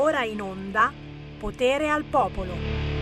ora in onda Potere al Popolo.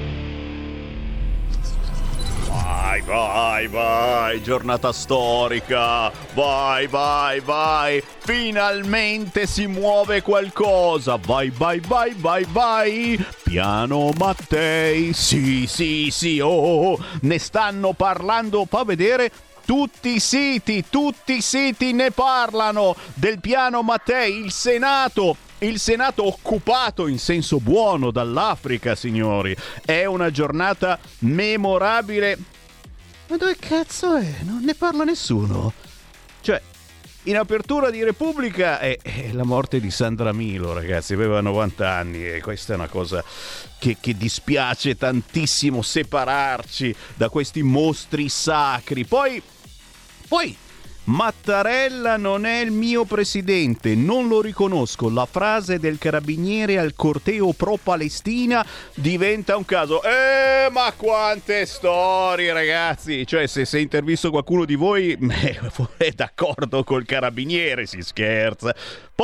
Vai, vai, vai, giornata storica, vai, vai, vai, finalmente si muove qualcosa, vai, vai, vai, vai, vai, Piano Mattei, sì, oh, ne stanno parlando, fa vedere. Tutti i siti ne parlano del Piano Mattei, il Senato occupato in senso buono dall'Africa, signori. È una giornata memorabile. Ma dove cazzo è? Non ne parla nessuno. Cioè, in apertura di Repubblica è la morte di Sandra Milo, ragazzi, aveva 90 anni e questa è una cosa che dispiace tantissimo, separarci da questi mostri sacri. Poi Mattarella non è il mio presidente, non lo riconosco. La frase del carabiniere al corteo pro-Palestina diventa un caso. Ma quante storie, ragazzi! Cioè, se intervisto qualcuno di voi è d'accordo col carabiniere, si scherza.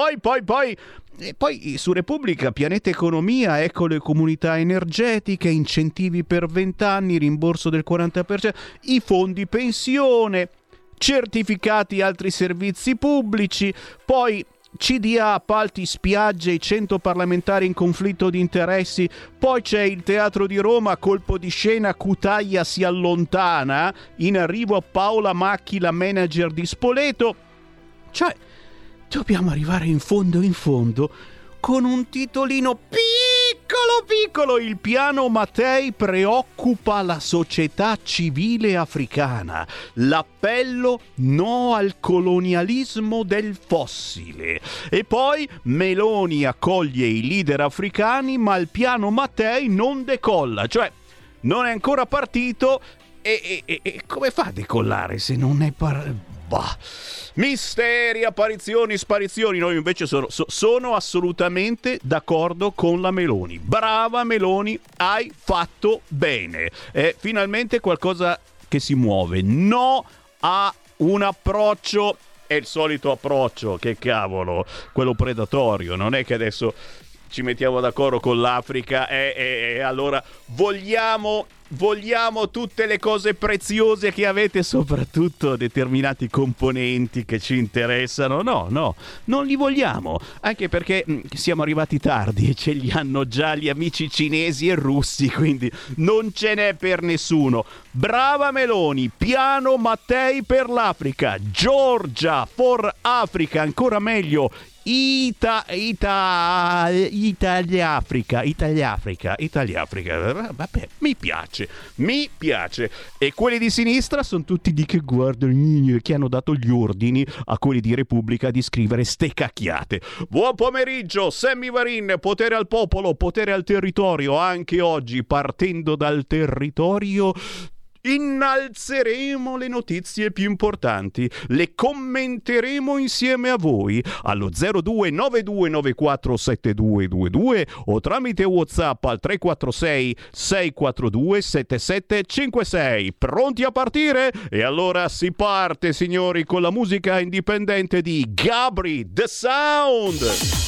Poi su Repubblica, Pianeta Economia, ecco le comunità energetiche, incentivi per 20 anni, rimborso del 40%, i fondi pensione, certificati altri servizi pubblici, poi CDA, appalti, spiagge, i 100 parlamentari in conflitto di interessi, poi c'è il Teatro di Roma, colpo di scena, Cutaia si allontana, in arrivo Paola Macchi, la manager di Spoleto. Cioè, dobbiamo arrivare in fondo con un titolino piccolo. Il Piano Mattei preoccupa la società civile africana. L'appello no al colonialismo del fossile. E poi Meloni accoglie i leader africani, ma il Piano Mattei non decolla. Cioè, non è ancora partito e come fa a decollare se non è Bah. Misteri, apparizioni, sparizioni. Noi invece sono assolutamente d'accordo con la Meloni. Brava Meloni, hai fatto bene. È finalmente qualcosa che si muove. No a un approccio, è il solito approccio, che cavolo, quello predatorio. Non è che adesso ci mettiamo d'accordo con l'Africa e allora vogliamo tutte le cose preziose che avete, soprattutto determinati componenti che ci interessano. No, non li vogliamo, anche perché siamo arrivati tardi e ce li hanno già gli amici cinesi e russi, quindi non ce n'è per nessuno. Brava Meloni, Piano Mattei per l'Africa, Georgia for Africa, ancora meglio, Italiafrica. Vabbè, mi piace. E quelli di sinistra sono tutti di che guardano, che hanno dato gli ordini a quelli di Repubblica di scrivere ste cacchiate. Buon pomeriggio, Sammy Varin, Potere al Popolo, Potere al Territorio. Anche oggi, partendo dal territorio, innalzeremo le notizie più importanti, le commenteremo insieme a voi allo 0292947222 o tramite WhatsApp al 346 642 7756. Pronti a partire? E allora si parte, signori, con la musica indipendente di Gabri The Sound.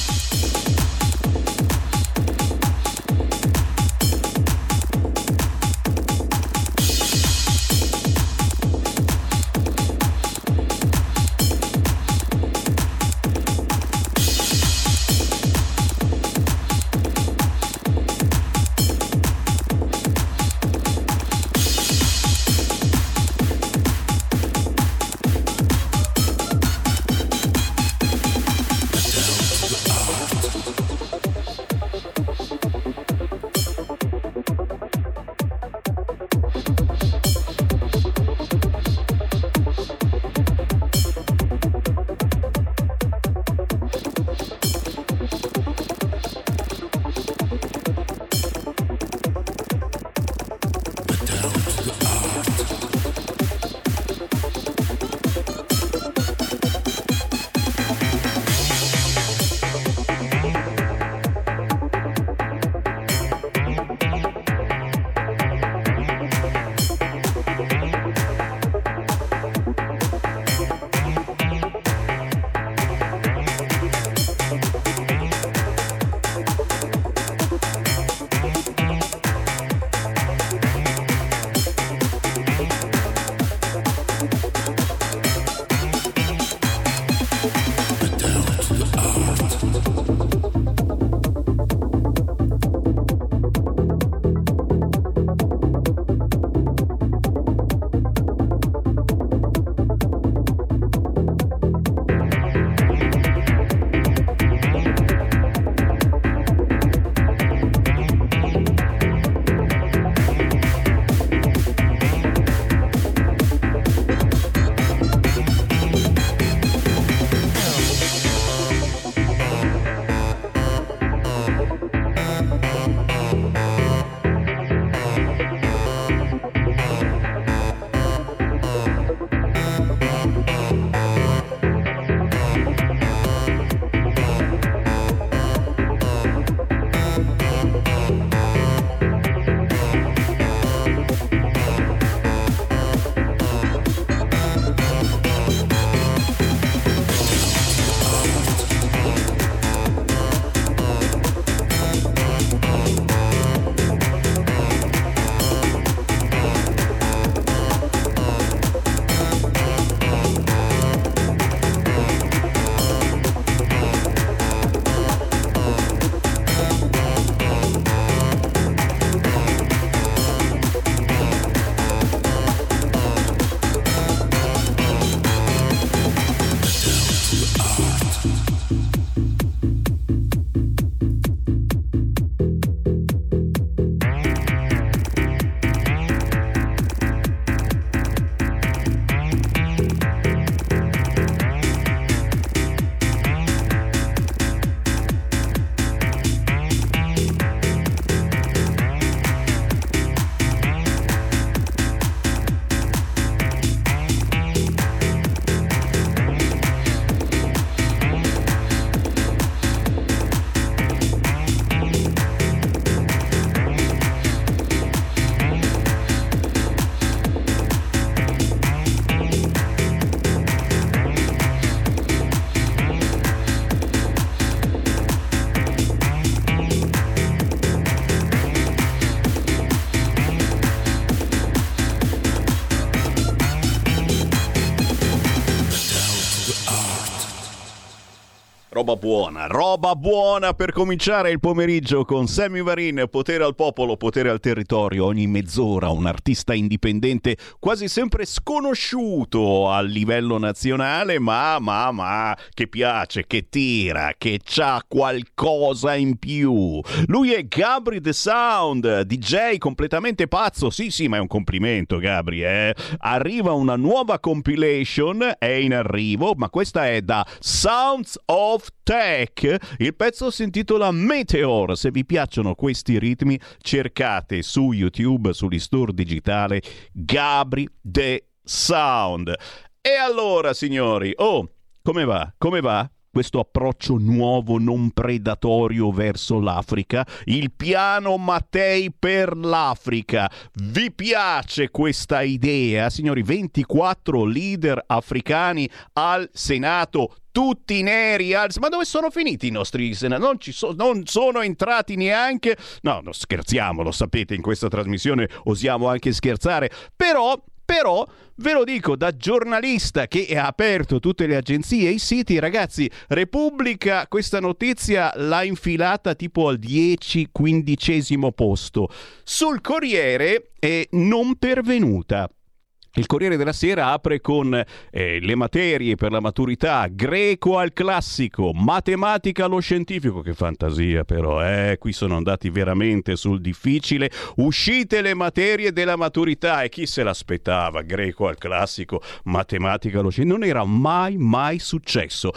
Roba buona per cominciare il pomeriggio con Sammy Varin, potere al popolo, potere al territorio. Ogni mezz'ora un artista indipendente quasi sempre sconosciuto a livello nazionale, ma che piace, che tira, che c'ha qualcosa in più. Lui è Gabri The Sound, DJ completamente pazzo. Sì, ma è un complimento, Gabri, Arriva una nuova compilation, è in arrivo, ma questa è da Sounds of Tech. Il pezzo si intitola Meteor. Se vi piacciono questi ritmi, cercate su YouTube, sugli store digitali, Gabri The Sound. E allora, signori, come va? Questo approccio nuovo non predatorio verso l'Africa, il piano Mattei per l'Africa. Vi piace questa idea? Signori, 24 leader africani al Senato, tutti neri, ma dove sono finiti i nostri senatori? Non sono entrati neanche. No, scherziamo, lo sapete, in questa trasmissione osiamo anche scherzare, però ve lo dico da giornalista che ha aperto tutte le agenzie e i siti, ragazzi. Repubblica questa notizia l'ha infilata tipo al 10-15 posto. Sul Corriere è non pervenuta. Il Corriere della Sera apre con le materie per la maturità: greco al classico, matematica allo scientifico. Che fantasia però, qui sono andati veramente sul difficile. Uscite le materie della maturità, e chi se l'aspettava? Greco al classico, matematica allo scientifico. Non era mai successo.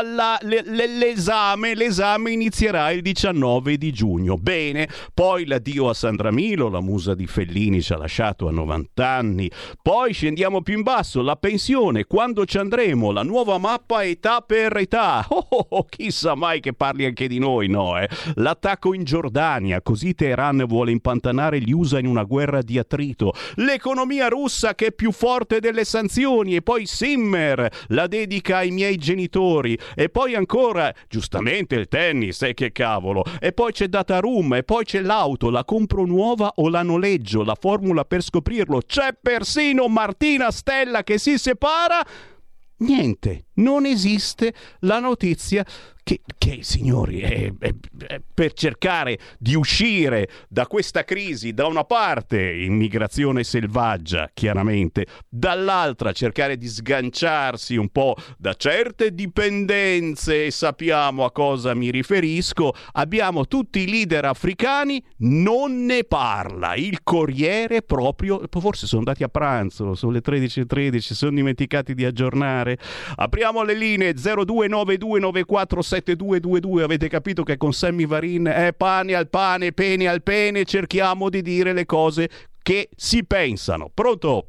L'esame inizierà il 19 di giugno. Bene, poi l'addio a Sandra Milo, la musa di Fellini, ci ha lasciato a 90 anni. Poi scendiamo più in basso, la pensione, quando ci andremo, la nuova mappa età per età. Chissà mai che parli anche di noi, no? L'attacco in Giordania, così Teheran vuole impantanare gli USA in una guerra di attrito. L'economia russa che è più forte delle sanzioni, e poi Simmer, la dedica ai miei genitori, e poi ancora, giustamente, il tennis, che cavolo, e poi c'è Dataroom, e poi c'è l'auto, la compro nuova o la noleggio, la formula per scoprirlo, c'è persino Martina Stella che si separa. Niente, non esiste la notizia che signori, per cercare di uscire da questa crisi, da una parte immigrazione selvaggia, chiaramente, dall'altra cercare di sganciarsi un po' da certe dipendenze, e sappiamo a cosa mi riferisco. Abbiamo tutti i leader africani, non ne parla il Corriere proprio. Forse sono andati a pranzo, sono le 13:13, sono dimenticati di aggiornare. Apriamo le linee 0292947222. Avete capito che con Sammy Varin è pane al pane, pene al pene, cerchiamo di dire le cose che si pensano. Pronto?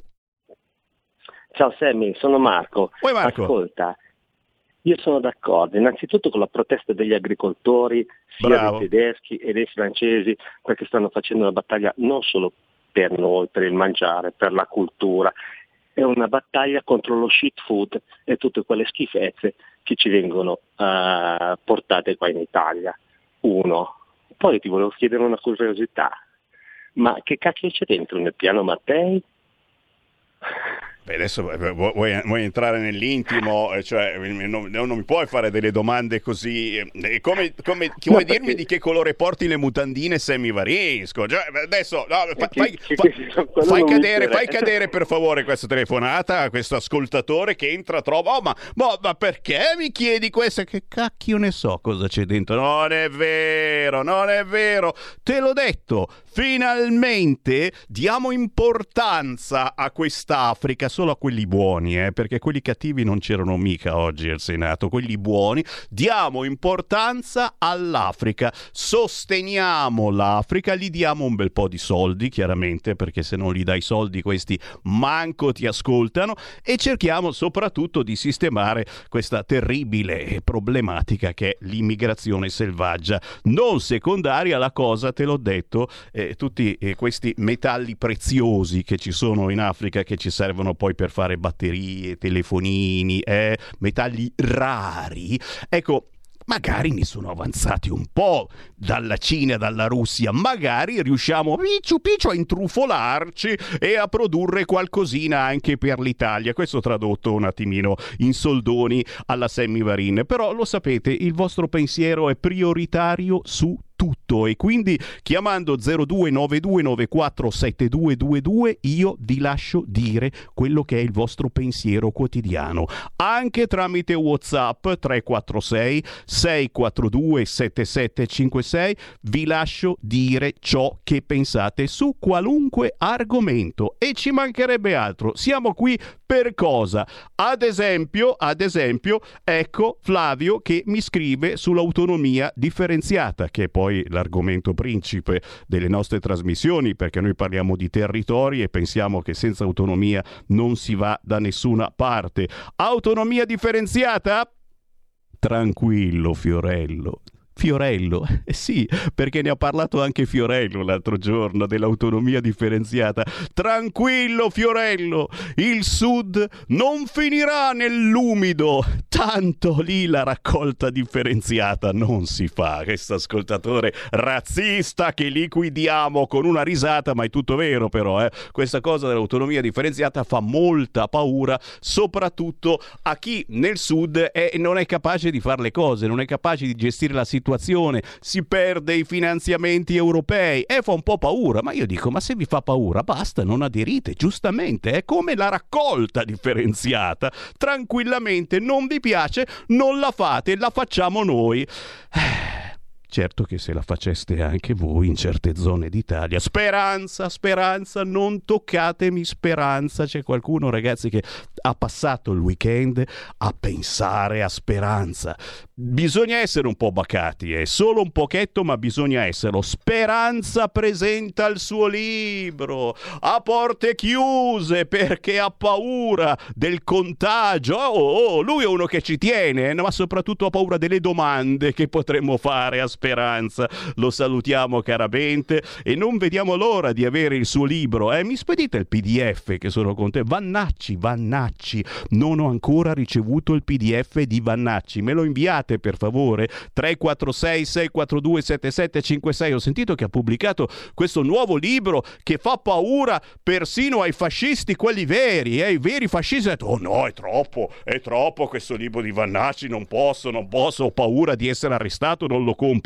Ciao Sammy, sono Marco. Oi Marco. Ascolta, io sono d'accordo innanzitutto con la protesta degli agricoltori, sia Bravo. dei tedeschi e dei francesi, perché stanno facendo una battaglia non solo per noi, per il mangiare, per la cultura. È una battaglia contro lo shit food e tutte quelle schifezze che ci vengono portate qua in Italia. Uno. Poi ti volevo chiedere una curiosità. Ma che cacchio c'è dentro nel piano Mattei? Beh, adesso vuoi entrare nell'intimo, cioè non mi puoi fare delle domande così. Come vuoi dirmi di che colore porti le mutandine Sammy Varinsco? Cioè, adesso fai cadere per favore questa telefonata a questo ascoltatore che entra troppo. Ma perché mi chiedi questo? Che cacchio ne so cosa c'è dentro? Non è vero, te l'ho detto. Finalmente diamo importanza a quest'Africa, solo a quelli buoni, perché quelli cattivi non c'erano mica oggi al Senato. Quelli buoni, diamo importanza all'Africa, sosteniamo l'Africa, gli diamo un bel po' di soldi, chiaramente, perché se non gli dai soldi questi manco ti ascoltano, e cerchiamo soprattutto di sistemare questa terribile problematica che è l'immigrazione selvaggia, non secondaria. La cosa, te l'ho detto, tutti questi metalli preziosi che ci sono in Africa, che ci servono poi per fare batterie, telefonini, metalli rari. Ecco, magari ne sono avanzati un po' dalla Cina, dalla Russia, magari riusciamo picciu a intrufolarci e a produrre qualcosina anche per l'Italia. Questo tradotto un attimino in soldoni alla Sammy Varin, però lo sapete, il vostro pensiero è prioritario su tutto, e quindi chiamando 0292947222 io vi lascio dire quello che è il vostro pensiero quotidiano, anche tramite WhatsApp 346 642 7756. Vi lascio dire ciò che pensate su qualunque argomento, e ci mancherebbe altro. Siamo qui per cosa? Ad esempio, ecco Flavio che mi scrive sull'autonomia differenziata, che è poi l'argomento principe delle nostre trasmissioni, perché noi parliamo di territori e pensiamo che senza autonomia non si va da nessuna parte. Autonomia differenziata? Tranquillo Fiorello, sì, perché ne ha parlato anche Fiorello l'altro giorno dell'autonomia differenziata. Tranquillo Fiorello, il Sud non finirà nell'umido, tanto lì la raccolta differenziata non si fa. Questo ascoltatore razzista che liquidiamo con una risata, ma è tutto vero però, questa cosa dell'autonomia differenziata fa molta paura, soprattutto a chi nel Sud non è capace di fare le cose, non è capace di gestire la situazione, si perde i finanziamenti europei e fa un po' paura. Ma io dico, ma se vi fa paura basta, non aderite, giustamente, è come la raccolta differenziata, tranquillamente non vi piace, non la fate, la facciamo noi. Certo che se la faceste anche voi in certe zone d'Italia. Speranza, non toccatemi Speranza. C'è qualcuno, ragazzi, che ha passato il weekend a pensare a Speranza. Bisogna essere un po' bacati, solo un pochetto, ma bisogna esserlo. Speranza presenta il suo libro a porte chiuse perché ha paura del contagio. Lui è uno che ci tiene, ma soprattutto ha paura delle domande che potremmo fare a Speranza. Lo salutiamo caramente e non vediamo l'ora di avere il suo libro. Mi spedite il PDF che sono con te. Vannacci, non ho ancora ricevuto il PDF di Vannacci, me lo inviate per favore? 346 642 7756. Ho sentito che ha pubblicato questo nuovo libro che fa paura persino ai fascisti, quelli veri, i veri fascisti. Oh no, è troppo questo libro di Vannacci, non posso, ho paura di essere arrestato, non lo compro.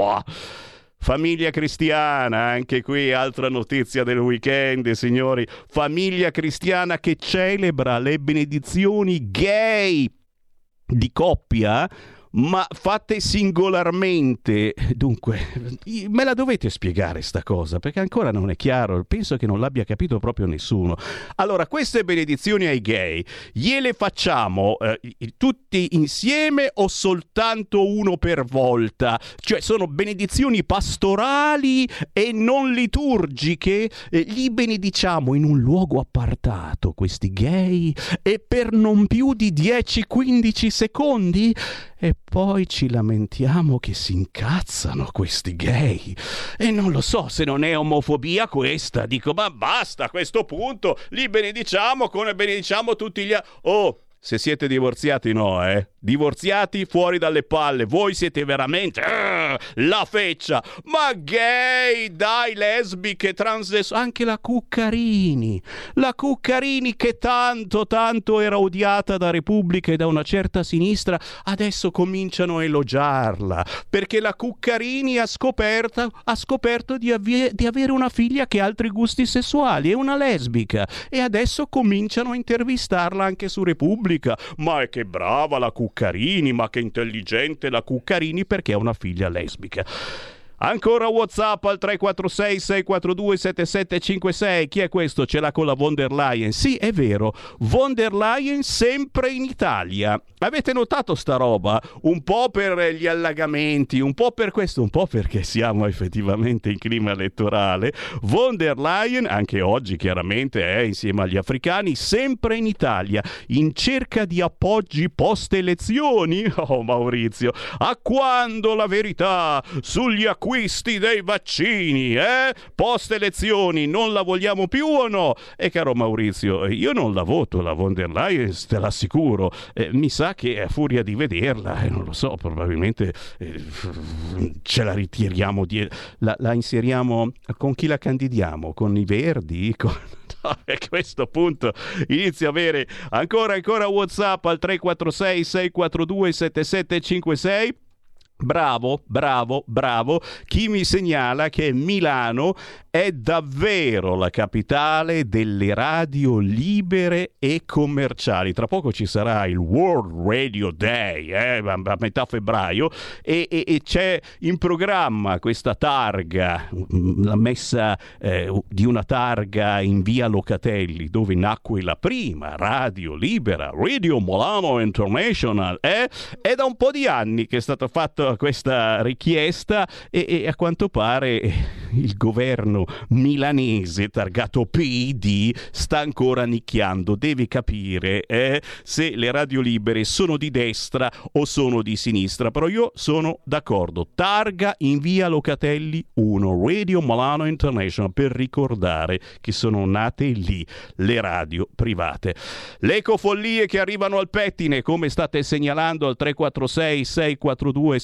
Famiglia Cristiana, anche qui altra notizia del weekend, signori. Famiglia Cristiana che celebra le benedizioni gay di coppia, ma fatte singolarmente. Dunque, me la dovete spiegare sta cosa, perché ancora non è chiaro, penso che non l'abbia capito proprio nessuno. Allora, queste benedizioni ai gay gliele facciamo tutti insieme o soltanto uno per volta? Cioè sono benedizioni pastorali e non liturgiche? Li benediciamo in un luogo appartato questi gay e per non più di 10-15 secondi? E poi ci lamentiamo che si incazzano questi gay. E non lo so se non è omofobia questa. Dico, ma basta a questo punto. Li benediciamo come benediciamo tutti gli altri. Se siete divorziati no, divorziati fuori dalle palle. Voi siete veramente la feccia. Ma gay, dai, lesbiche, transessuali, anche la Cuccarini che tanto era odiata da Repubblica e da una certa sinistra, adesso cominciano a elogiarla, perché la Cuccarini ha scoperto di avere una figlia che ha altri gusti sessuali, è una lesbica, e adesso cominciano a intervistarla anche su Repubblica. Ma è che brava la Cuccarini, ma che intelligente la Cuccarini, perché ha una figlia lesbica. Ancora WhatsApp al 346 642 7756. Chi è questo? Ce l'ha con la von der Leyen. Sì, è vero, von der Leyen sempre in Italia. Avete notato sta roba? Un po' per gli allagamenti, un po' per questo, un po' perché siamo effettivamente in clima elettorale. Von der Leyen, anche oggi chiaramente, insieme agli africani, sempre in Italia, in cerca di appoggi post elezioni. Oh Maurizio, a quando la verità sugli acquisti acquisti dei vaccini, post elezioni non la vogliamo più o no? E caro Maurizio, io non la voto la von der Leyen, te l'assicuro, mi sa che a furia di vederla, non lo so, probabilmente ce la ritiriamo, la inseriamo, con chi la candidiamo? Con i Verdi? A questo punto inizio a avere ancora WhatsApp al 346 642 7756. Bravo, chi mi segnala che Milano è davvero la capitale delle radio libere e commerciali. Tra poco ci sarà il World Radio Day, a metà febbraio, e c'è in programma questa targa, la messa di una targa in via Locatelli, dove nacque la prima radio libera, Radio Milano International. È da un po' di anni che è stata fatta questa richiesta e a quanto pare il governo milanese targato PD sta ancora nicchiando. Deve capire se le radio libere sono di destra o sono di sinistra, però io sono d'accordo. Targa in via Locatelli 1, Radio Milano International, per ricordare che sono nate lì le radio private. Le ecofollie che arrivano al pettine, come state segnalando al 346 642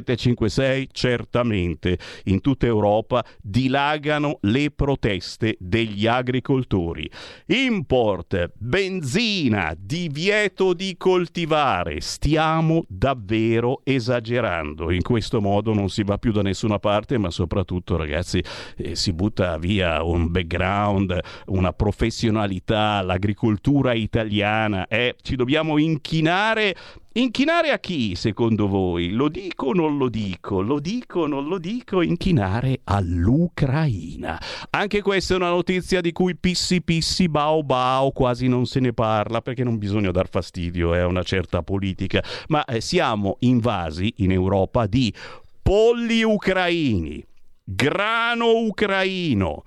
7756, certamente in tutta Europa dilagano le proteste degli agricoltori. Import, benzina, divieto di coltivare. Stiamo davvero esagerando. In questo modo non si va più da nessuna parte, ma soprattutto, ragazzi, si butta via un background, una professionalità, l'agricoltura italiana. Ci dobbiamo inchinare. Inchinare a chi, secondo voi? Lo dico o non lo dico? Lo dico o non lo dico? Inchinare all'Ucraina. Anche questa è una notizia di cui pissi, bao, quasi non se ne parla, perché non bisogna dar fastidio a una certa politica. Ma siamo invasi in Europa di polli ucraini, grano ucraino,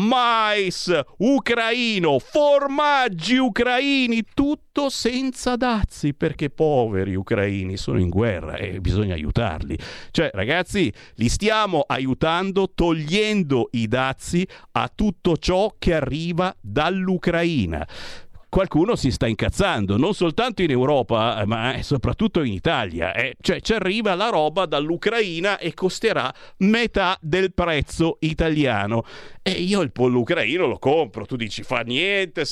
mais ucraino, formaggi ucraini, tutto senza dazi, perché poveri ucraini sono in guerra e bisogna aiutarli. Cioè, ragazzi, li stiamo aiutando togliendo i dazi a tutto ciò che arriva dall'Ucraina. Qualcuno si sta incazzando, non soltanto in Europa, ma soprattutto in Italia. Cioè, ci arriva la roba dall'Ucraina e costerà metà del prezzo italiano. E io il pollo ucraino lo compro, tu dici fa niente,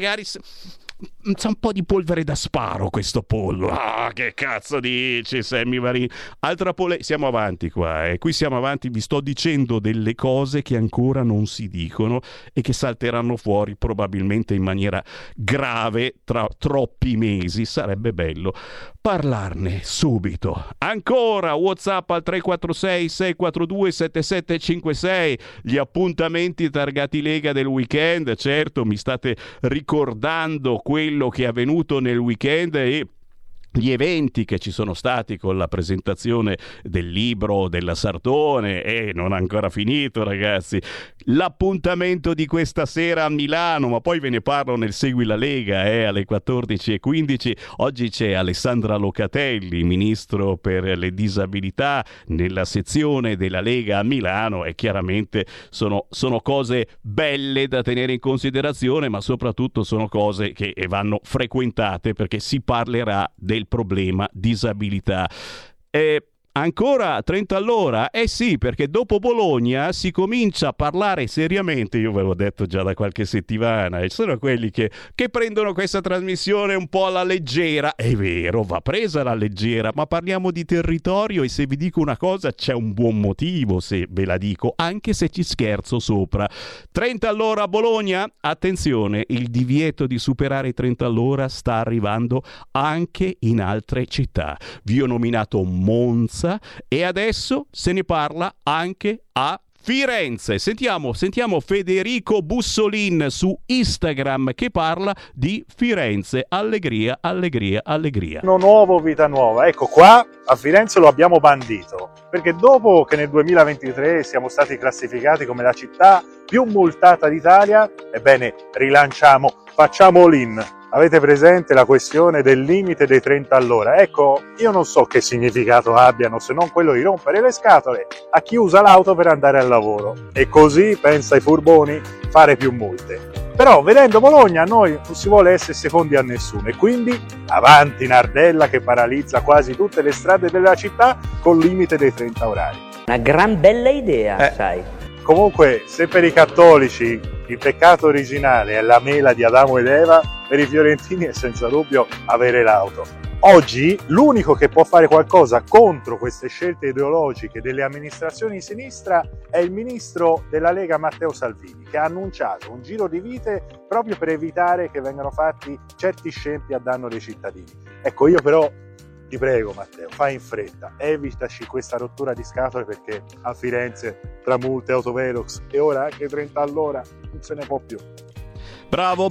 c'è un po' di polvere da sparo questo pollo. Che cazzo dici, Sammy Varin? Siamo avanti qua, qui siamo avanti, vi sto dicendo delle cose che ancora non si dicono e che salteranno fuori probabilmente in maniera grave tra troppi mesi. Sarebbe bello parlarne subito. Ancora WhatsApp al 346 642 7756, gli appuntamenti targati Lega del weekend. Certo, mi state ricordando quello che è avvenuto nel weekend e gli eventi che ci sono stati con la presentazione del libro della Sartone, e non ha ancora finito, ragazzi. L'appuntamento di questa sera a Milano, ma poi ve ne parlo nel Segui la Lega alle 14:15. Oggi c'è Alessandra Locatelli, ministro per le disabilità, nella sezione della Lega a Milano, e chiaramente sono cose belle da tenere in considerazione, ma soprattutto sono cose che vanno frequentate, perché si parlerà del problema disabilità. Ancora 30 all'ora? Sì, perché dopo Bologna si comincia a parlare seriamente, io ve l'ho detto già da qualche settimana, e ci sono quelli che prendono questa trasmissione un po' alla leggera. È vero, va presa alla leggera, ma parliamo di territorio, e se vi dico una cosa c'è un buon motivo se ve la dico, anche se ci scherzo sopra. 30 all'ora a Bologna? Attenzione, il divieto di superare i 30 all'ora sta arrivando anche in altre città. Vi ho nominato Monza, e adesso se ne parla anche a Firenze. Sentiamo Federico Bussolin su Instagram che parla di Firenze. Allegria. Nuovo, vita nuova. Ecco, qua a Firenze lo abbiamo bandito, perché dopo che nel 2023 siamo stati classificati come la città più multata d'Italia, ebbene rilanciamo, facciamo all-in. Avete presente la questione del limite dei 30 all'ora? Ecco, io non so che significato abbiano, se non quello di rompere le scatole a chi usa l'auto per andare al lavoro. E così, pensa ai furboni, fare più multe. Però, vedendo Bologna, a noi non si vuole essere secondi a nessuno. E quindi, avanti Nardella che paralizza quasi tutte le strade della città col limite dei 30 orari. Una gran bella idea, sai. Comunque, se per i cattolici il peccato originale è la mela di Adamo ed Eva, per i fiorentini è senza dubbio avere l'auto. Oggi l'unico che può fare qualcosa contro queste scelte ideologiche delle amministrazioni di sinistra è il ministro della Lega Matteo Salvini, che ha annunciato un giro di vite proprio per evitare che vengano fatti certi scempi a danno dei cittadini. Ecco, io però ti prego Matteo, fai in fretta, evitaci questa rottura di scatole perché a Firenze tra multe, autovelox e ora anche 30 all'ora non se ne può più. Bravo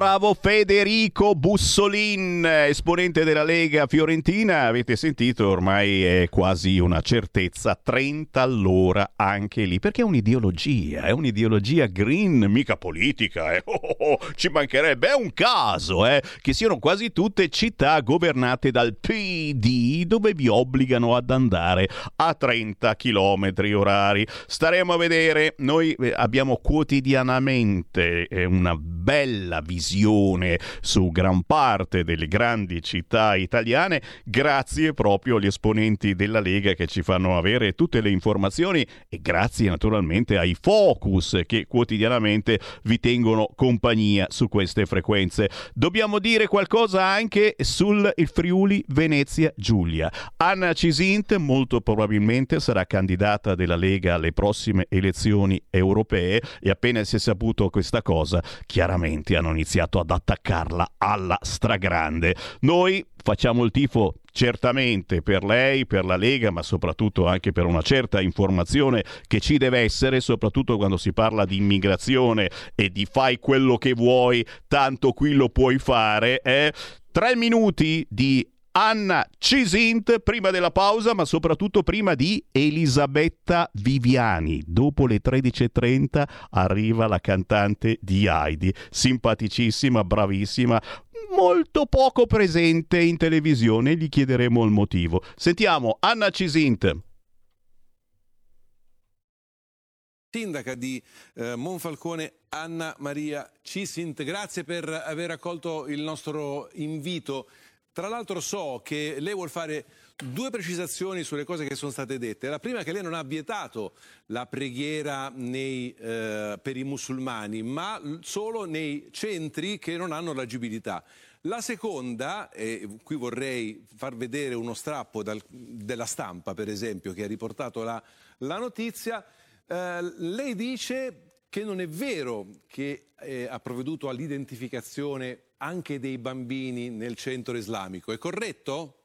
Federico Bussolin, esponente della Lega Fiorentina. Avete sentito, ormai è quasi una certezza, 30 all'ora anche lì, perché è un'ideologia green, mica politica. Ci mancherebbe, è un caso che siano quasi tutte città governate dal PD, dove vi obbligano ad andare a 30 km orari. Staremo a vedere. Noi abbiamo quotidianamente una bella visione su gran parte delle grandi città italiane, grazie proprio agli esponenti della Lega che ci fanno avere tutte le informazioni, e grazie naturalmente ai focus che quotidianamente vi tengono compagnia su queste frequenze. Dobbiamo dire qualcosa anche sul Friuli Venezia Giulia. Anna Cisint molto probabilmente sarà candidata della Lega alle prossime elezioni europee, e appena si è saputo questa cosa, chiaramente hanno iniziato ad attaccarla alla stragrande. Noi facciamo il tifo certamente per lei, per la Lega, ma soprattutto anche per una certa informazione che ci deve essere, soprattutto quando si parla di immigrazione e di fai quello che vuoi, tanto qui lo puoi fare. 3 minuti di Anna Cisint prima della pausa, ma soprattutto prima di Elisabetta Viviani. Dopo le 13:30 arriva la cantante di Heidi, simpaticissima, bravissima, molto poco presente in televisione, gli chiederemo il motivo. Sentiamo Anna Cisint. Sindaca di Monfalcone, Anna Maria Cisint, grazie per aver accolto il nostro invito. Tra l'altro so che lei vuol fare 2 precisazioni sulle cose che sono state dette. La prima è che lei non ha vietato la preghiera per i musulmani, ma solo nei centri che non hanno l'agibilità. La seconda, e qui vorrei far vedere uno strappo della Stampa, per esempio, che ha riportato la notizia, lei dice che non è vero che ha provveduto all'identificazione anche dei bambini nel centro islamico. È corretto?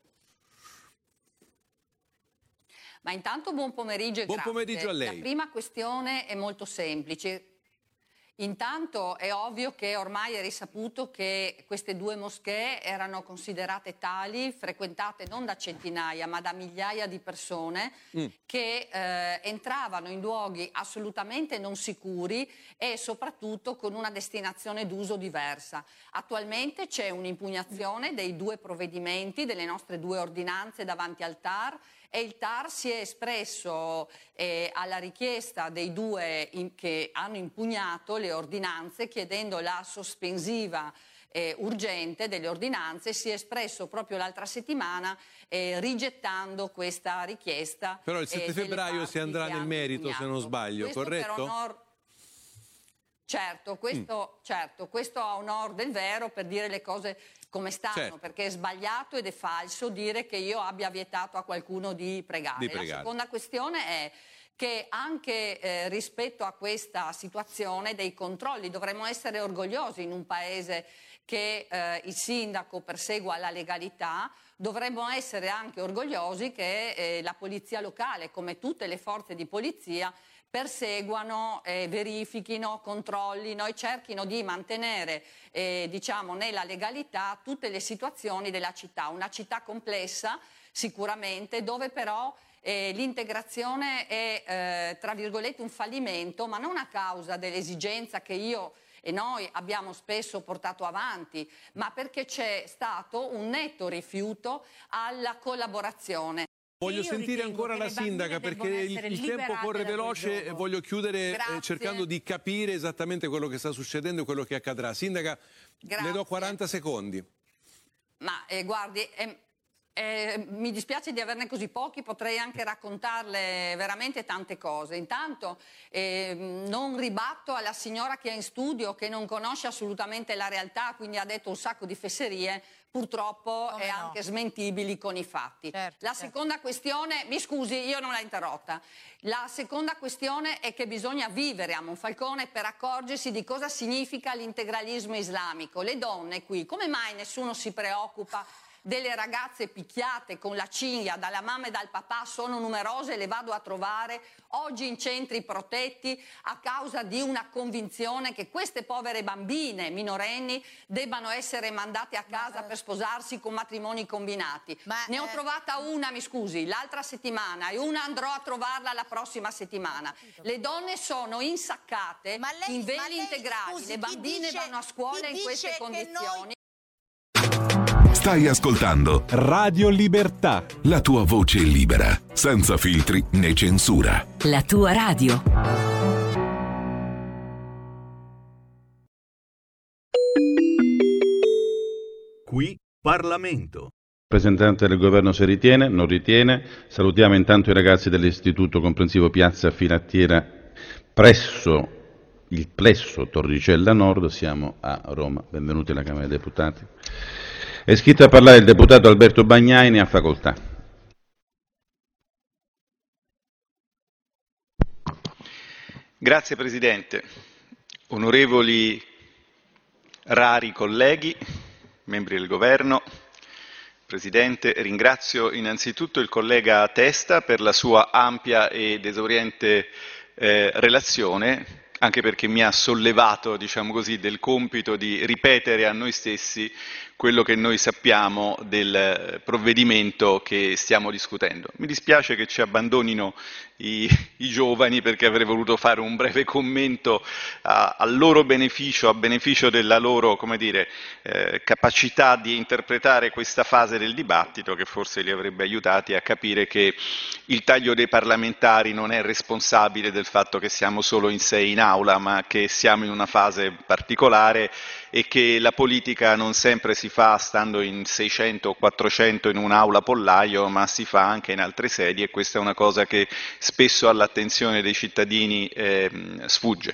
Ma intanto buon pomeriggio e buon grazie. Pomeriggio a lei. La prima questione è molto semplice. Intanto è ovvio che ormai è risaputo che queste 2 moschee erano considerate tali, frequentate non da centinaia ma da migliaia di persone che entravano in luoghi assolutamente non sicuri e soprattutto con una destinazione d'uso diversa. Attualmente c'è un'impugnazione dei 2 provvedimenti, delle nostre 2 ordinanze davanti al TAR, e il TAR si è espresso alla richiesta dei 2 che hanno impugnato le ordinanze, chiedendo la sospensiva urgente delle ordinanze. Si è espresso proprio l'altra settimana rigettando questa richiesta. Però il 7 febbraio si andrà nel merito, se non sbaglio, questo corretto? Certo, questo ha onor del vero, per dire le cose come stanno, certo, perché è sbagliato ed è falso dire che io abbia vietato a qualcuno di pregare. La seconda questione è che anche rispetto a questa situazione dei controlli dovremmo essere orgogliosi in un paese che il sindaco persegua la legalità. Dovremmo essere anche orgogliosi che la polizia locale, come tutte le forze di polizia, perseguano, verifichino, controllino e cerchino di mantenere nella legalità tutte le situazioni della città. Una città complessa sicuramente, dove però l'integrazione è tra virgolette un fallimento, ma non a causa dell'esigenza che io e noi abbiamo spesso portato avanti, ma perché c'è stato un netto rifiuto alla collaborazione. Voglio sentire ancora la sindaca perché il tempo corre veloce e voglio chiudere cercando di capire esattamente quello che sta succedendo e quello che accadrà. Sindaca, le do 40 secondi. Ma guardi, mi dispiace di averne così pochi, potrei anche raccontarle veramente tante cose. Intanto non ribatto alla signora che è in studio, che non conosce assolutamente la realtà, quindi ha detto un sacco di fesserie, purtroppo è anche smentibili con i fatti. La seconda questione, mi scusi, io non l'ho interrotta, la seconda questione è che bisogna vivere a Monfalcone per accorgersi di cosa significa l'integralismo islamico. Le donne qui, come mai nessuno si preoccupa delle ragazze picchiate con la cinghia dalla mamma e dal papà? Sono numerose, le vado a trovare oggi in centri protetti a causa di una convinzione che queste povere bambine minorenni debbano essere mandate a casa per sposarsi con matrimoni combinati. Ne ho trovata una, mi scusi, l'altra settimana e una andrò a trovarla la prossima settimana. Le donne sono insaccate in veli integrali, scusi, le bambine vanno a scuola in queste condizioni. Stai ascoltando Radio Libertà, la tua voce libera, senza filtri né censura. La tua radio. Qui Parlamento. Il rappresentante del governo se ritiene, non ritiene. Salutiamo intanto i ragazzi dell'Istituto Comprensivo Piazza Finattiera presso il plesso Torricella Nord. Siamo a Roma. Benvenuti alla Camera dei Deputati. È iscritto a parlare il deputato Alberto Bagnaini, a facoltà. Grazie Presidente. Onorevoli rari colleghi, membri del Governo, Presidente, ringrazio innanzitutto il collega Testa per la sua ampia ed esauriente relazione, anche perché mi ha sollevato, diciamo così, del compito di ripetere a noi stessi quello che noi sappiamo del provvedimento che stiamo discutendo. Mi dispiace che ci abbandonino i giovani, perché avrei voluto fare un breve commento a loro beneficio, a beneficio della loro, come dire, capacità di interpretare questa fase del dibattito, che forse li avrebbe aiutati a capire che il taglio dei parlamentari non è responsabile del fatto che siamo solo in 6 in aula, ma che siamo in una fase particolare e che la politica non sempre si fa stando in 600 o 400 in un'aula pollaio, ma si fa anche in altre sedi, e questa è una cosa che spesso all'attenzione dei cittadini sfugge.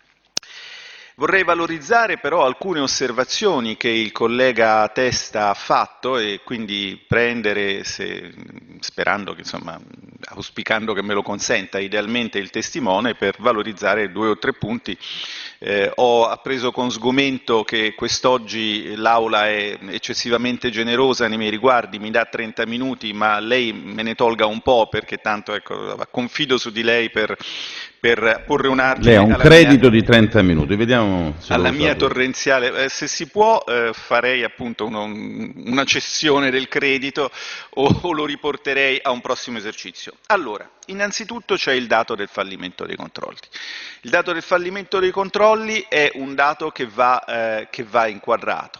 Vorrei valorizzare però alcune osservazioni che il collega Testa ha fatto e quindi prendere, sperando che, insomma, auspicando che me lo consenta idealmente il testimone, per valorizzare 2 o 3 punti. Ho appreso con sgomento che quest'oggi l'Aula è eccessivamente generosa nei miei riguardi, mi dà 30 minuti, ma lei me ne tolga un po', perché tanto, ecco, confido su di lei per porre un argine. Lei ha un credito di 30 minuti, vediamo se alla mia torrenziale, se si può farei appunto una cessione del credito o lo riporterei a un prossimo esercizio. Allora, innanzitutto c'è il dato del fallimento dei controlli. Il dato del fallimento dei controlli è un dato che va inquadrato.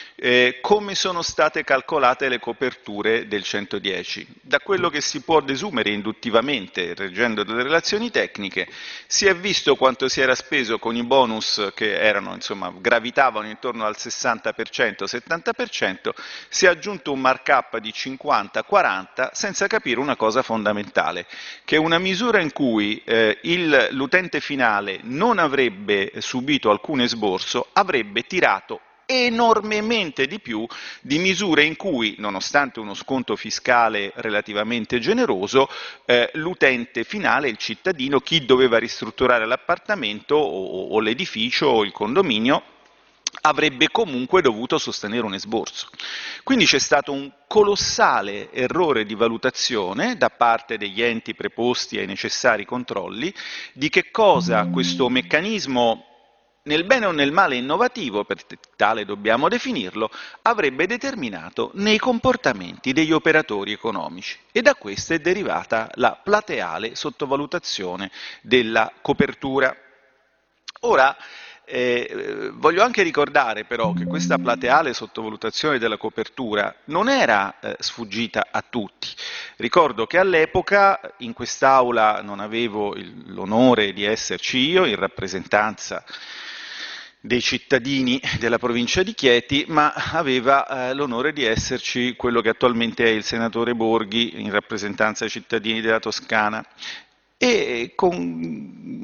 Come sono state calcolate le coperture del 110? Da quello che si può desumere induttivamente, reggendo delle relazioni tecniche, si è visto quanto si era speso con i bonus che erano, insomma, gravitavano intorno al 60%, 70%, si è aggiunto un markup di 50-40 senza capire una cosa fondamentale, che una misura in cui l'utente finale non avrebbe subito alcun esborso avrebbe tirato enormemente di più di misure in cui, nonostante uno sconto fiscale relativamente generoso, l'utente finale, il cittadino, chi doveva ristrutturare l'appartamento o l'edificio o il condominio, avrebbe comunque dovuto sostenere un esborso. Quindi c'è stato un colossale errore di valutazione da parte degli enti preposti ai necessari controlli di che cosa questo meccanismo, nel bene o nel male innovativo, per tale dobbiamo definirlo, avrebbe determinato nei comportamenti degli operatori economici. E da questo è derivata la plateale sottovalutazione della copertura. Ora, Voglio anche ricordare però che questa plateale sottovalutazione della copertura non era sfuggita a tutti. Ricordo che all'epoca in quest'Aula non avevo l'onore di esserci io in rappresentanza dei cittadini della provincia di Chieti, ma aveva l'onore di esserci quello che attualmente è il senatore Borghi in rappresentanza dei cittadini della Toscana, e con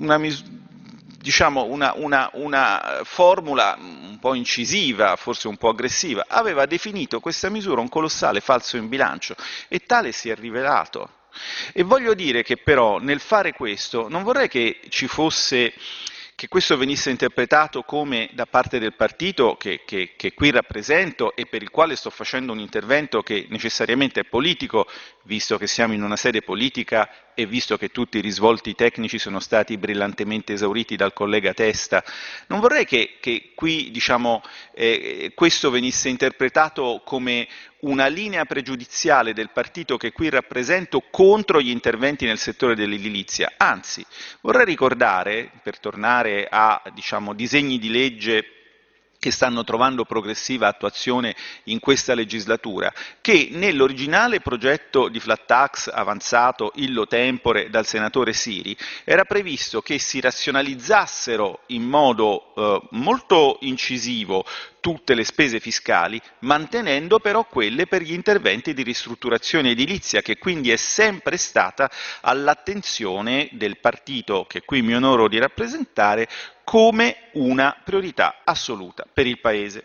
una formula un po' incisiva, forse un po' aggressiva, aveva definito questa misura un colossale falso in bilancio, e tale si è rivelato. E voglio dire che però nel fare questo non vorrei che questo venisse interpretato come da parte del partito che qui rappresento e per il quale sto facendo un intervento che necessariamente è politico, visto che siamo in una sede politica e visto che tutti i risvolti tecnici sono stati brillantemente esauriti dal collega Testa. Non vorrei che qui questo venisse interpretato come una linea pregiudiziale del partito che qui rappresento contro gli interventi nel settore dell'edilizia. Anzi, vorrei ricordare, per tornare a disegni di legge che stanno trovando progressiva attuazione in questa legislatura, che nell'originale progetto di flat tax avanzato illo tempore dal senatore Siri era previsto che si razionalizzassero in modo molto incisivo tutte le spese fiscali, mantenendo però quelle per gli interventi di ristrutturazione edilizia, che quindi è sempre stata all'attenzione del partito che qui mi onoro di rappresentare come una priorità assoluta per il Paese.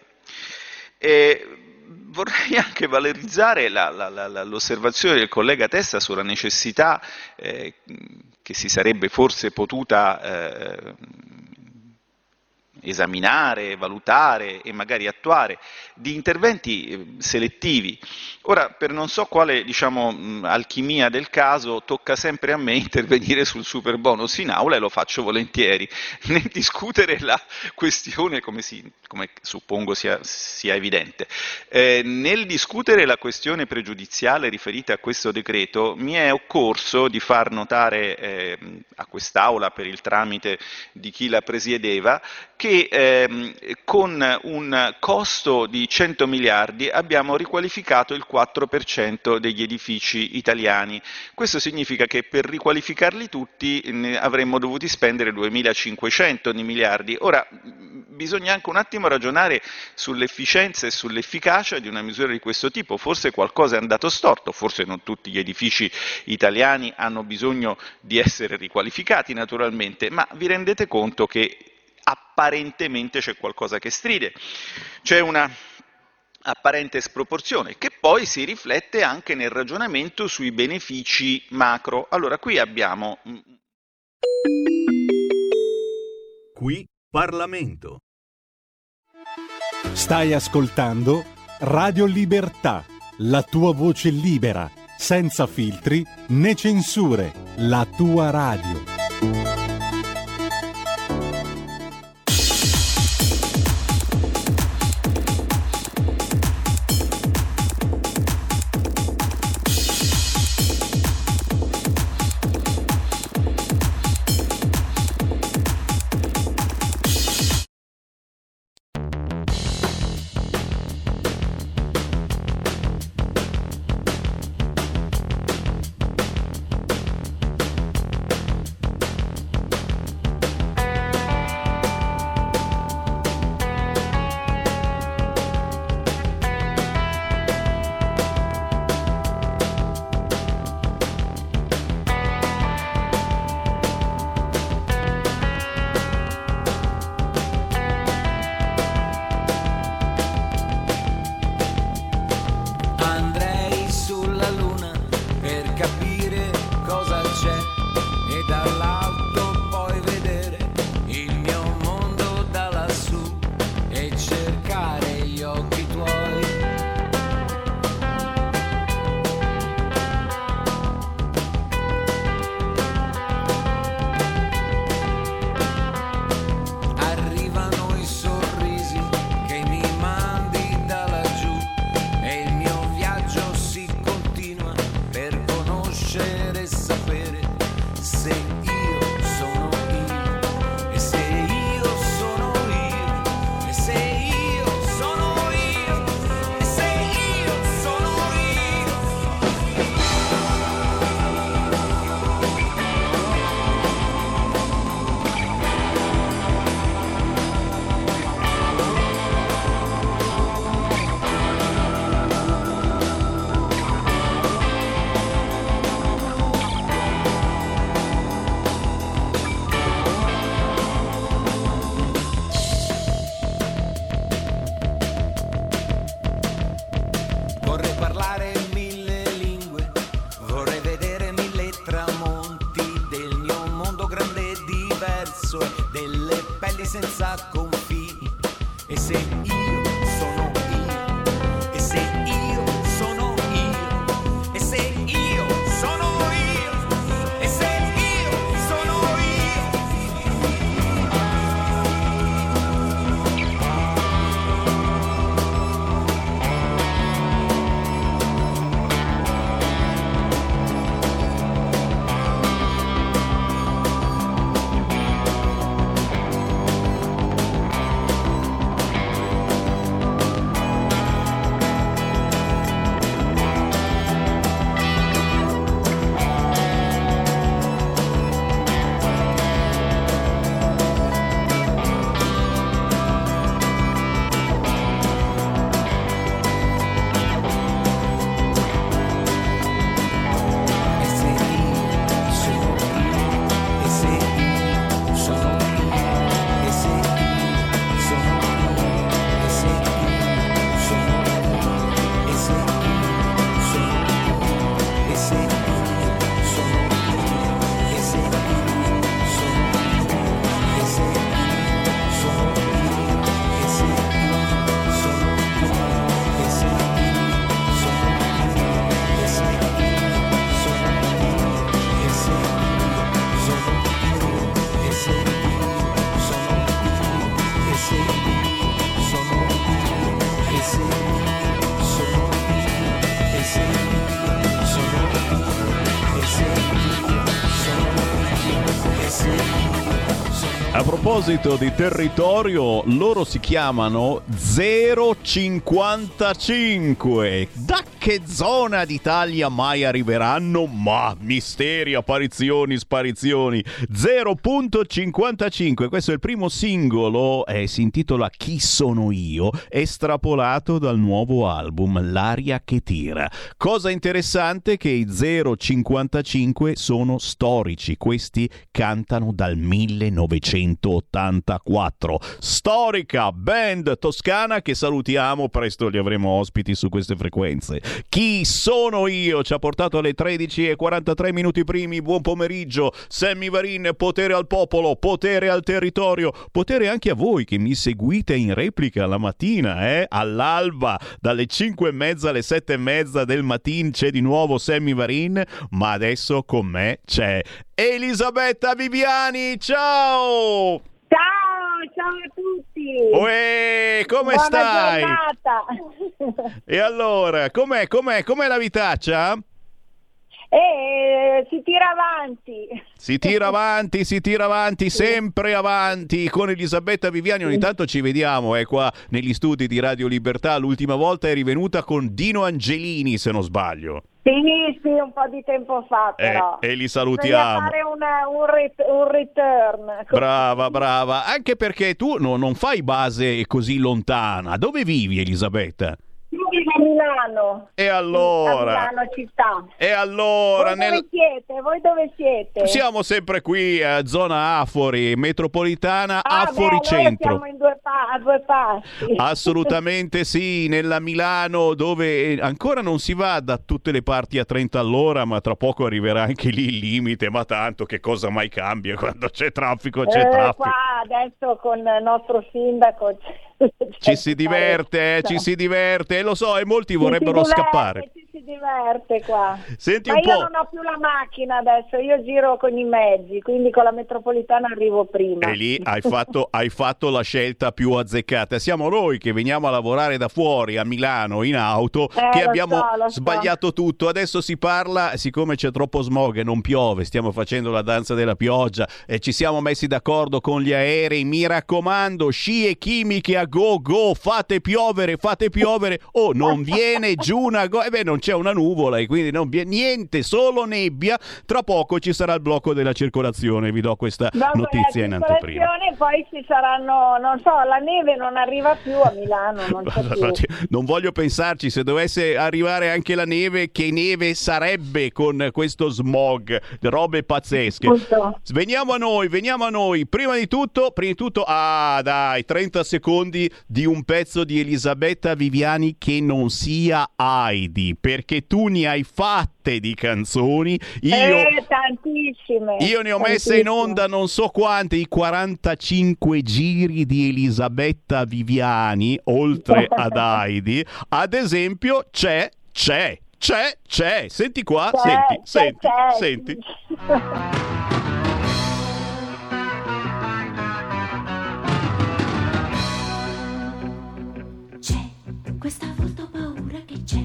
Vorrei anche valorizzare l'osservazione del collega Testa sulla necessità che si sarebbe forse potuta esaminare, valutare e magari attuare di interventi selettivi. Ora, per non so quale alchimia del caso, tocca sempre a me intervenire sul superbonus in aula, e lo faccio volentieri. Nel discutere la questione, come suppongo sia evidente, nel discutere la questione pregiudiziale riferita a questo decreto, mi è occorso di far notare a quest'aula, per il tramite di chi la presiedeva, che con un costo di 100 miliardi abbiamo riqualificato il 4% degli edifici italiani. Questo significa che per riqualificarli tutti avremmo dovuti spendere 2.500 miliardi. Ora, bisogna anche un attimo ragionare sull'efficienza e sull'efficacia di una misura di questo tipo. Forse qualcosa è andato storto, forse non tutti gli edifici italiani hanno bisogno di essere riqualificati naturalmente, ma vi rendete conto che apparentemente c'è qualcosa che stride, c'è una apparente sproporzione che poi si riflette anche nel ragionamento sui benefici macro. Allora, qui abbiamo Parlamento. Stai ascoltando Radio Libertà, la tua voce libera, senza filtri né censure, la tua radio. infiniti senza confini. E se io sono io, e se io sono io, e se io sono io, e se io sono io. A proposito di territorio, loro si chiamano 055. Da che zona d'Italia mai arriveranno? Ma misteri, apparizioni, sparizioni. 0.55, questo è il primo singolo, si intitola Chi sono io, estrapolato dal nuovo album L'aria che tira. Cosa interessante che i 055 sono storici, questi cantano dal 1984. Storica band toscana che salutiamo, presto li avremo ospiti su queste frequenze. Chi sono io ci ha portato alle 13:43 minuti primi. Buon pomeriggio, Sammy Varin. Potere al popolo, potere al territorio, potere anche a voi che mi seguite in replica la mattina, all'alba dalle 5:30 alle 7:30 del mattino c'è di nuovo Sammy Varin, ma adesso con me c'è Elisabetta Viviani. Ciao! Ciao a tutti! Uè, come Buona stai? Giornata. E allora, com'è la vitaccia? Si tira avanti. Si tira avanti, sempre avanti con Elisabetta Viviani. Ogni tanto ci vediamo qua negli studi di Radio Libertà. L'ultima volta eri venuta con Dino Angelini, se non sbaglio. Sì, un po' di tempo fa però. E li salutiamo. Bisogna fare un return. Brava. Anche perché tu non fai base così lontana. Dove vivi, Elisabetta? Io vivo a Milano. E allora? A Milano città. E allora? Voi dove siete? Siamo sempre qui a zona Afori, metropolitana, Afori Centro. Siamo a due passi. Assolutamente sì, nella Milano dove ancora non si va da tutte le parti a 30 all'ora, ma tra poco arriverà anche lì il limite, ma tanto che cosa mai cambia quando c'è traffico, traffico. Qua adesso con il nostro sindaco ci si diverte, lo so, e molti vorrebbero scappare. Ci si diverte qua. Senti ma un po'. Io non ho più la macchina adesso, io giro con i mezzi, quindi con la metropolitana arrivo prima. E lì hai fatto la scelta più azzeccata. Siamo noi che veniamo a lavorare da fuori a Milano in auto che abbiamo sbagliato tutto. Adesso si parla, siccome c'è troppo smog e non piove, stiamo facendo la danza della pioggia e ci siamo messi d'accordo con gli aerei. Mi raccomando, sci e chimiche a go, fate piovere. Oh, non viene giù una non c'è una nuvola e quindi non viene niente, solo nebbia. Tra poco ci sarà il blocco della circolazione, vi do questa notizia in anteprima. Poi ci saranno, non so, la neve non arriva più a Milano, non c'è più. Non voglio pensarci, se dovesse arrivare anche la neve, che neve sarebbe con questo smog, robe pazzesche. Veniamo a noi. Prima di tutto tutto, dai, 30 secondi di un pezzo di Elisabetta Viviani che non sia Heidi, perché tu ne hai fatte di canzoni. Tantissime. Io ne ho messe in onda non so quante, i 45 giri di Elisabetta Viviani, oltre ad Heidi. Ad esempio c'è. Senti qua, senti. Questa volta ho paura che c'è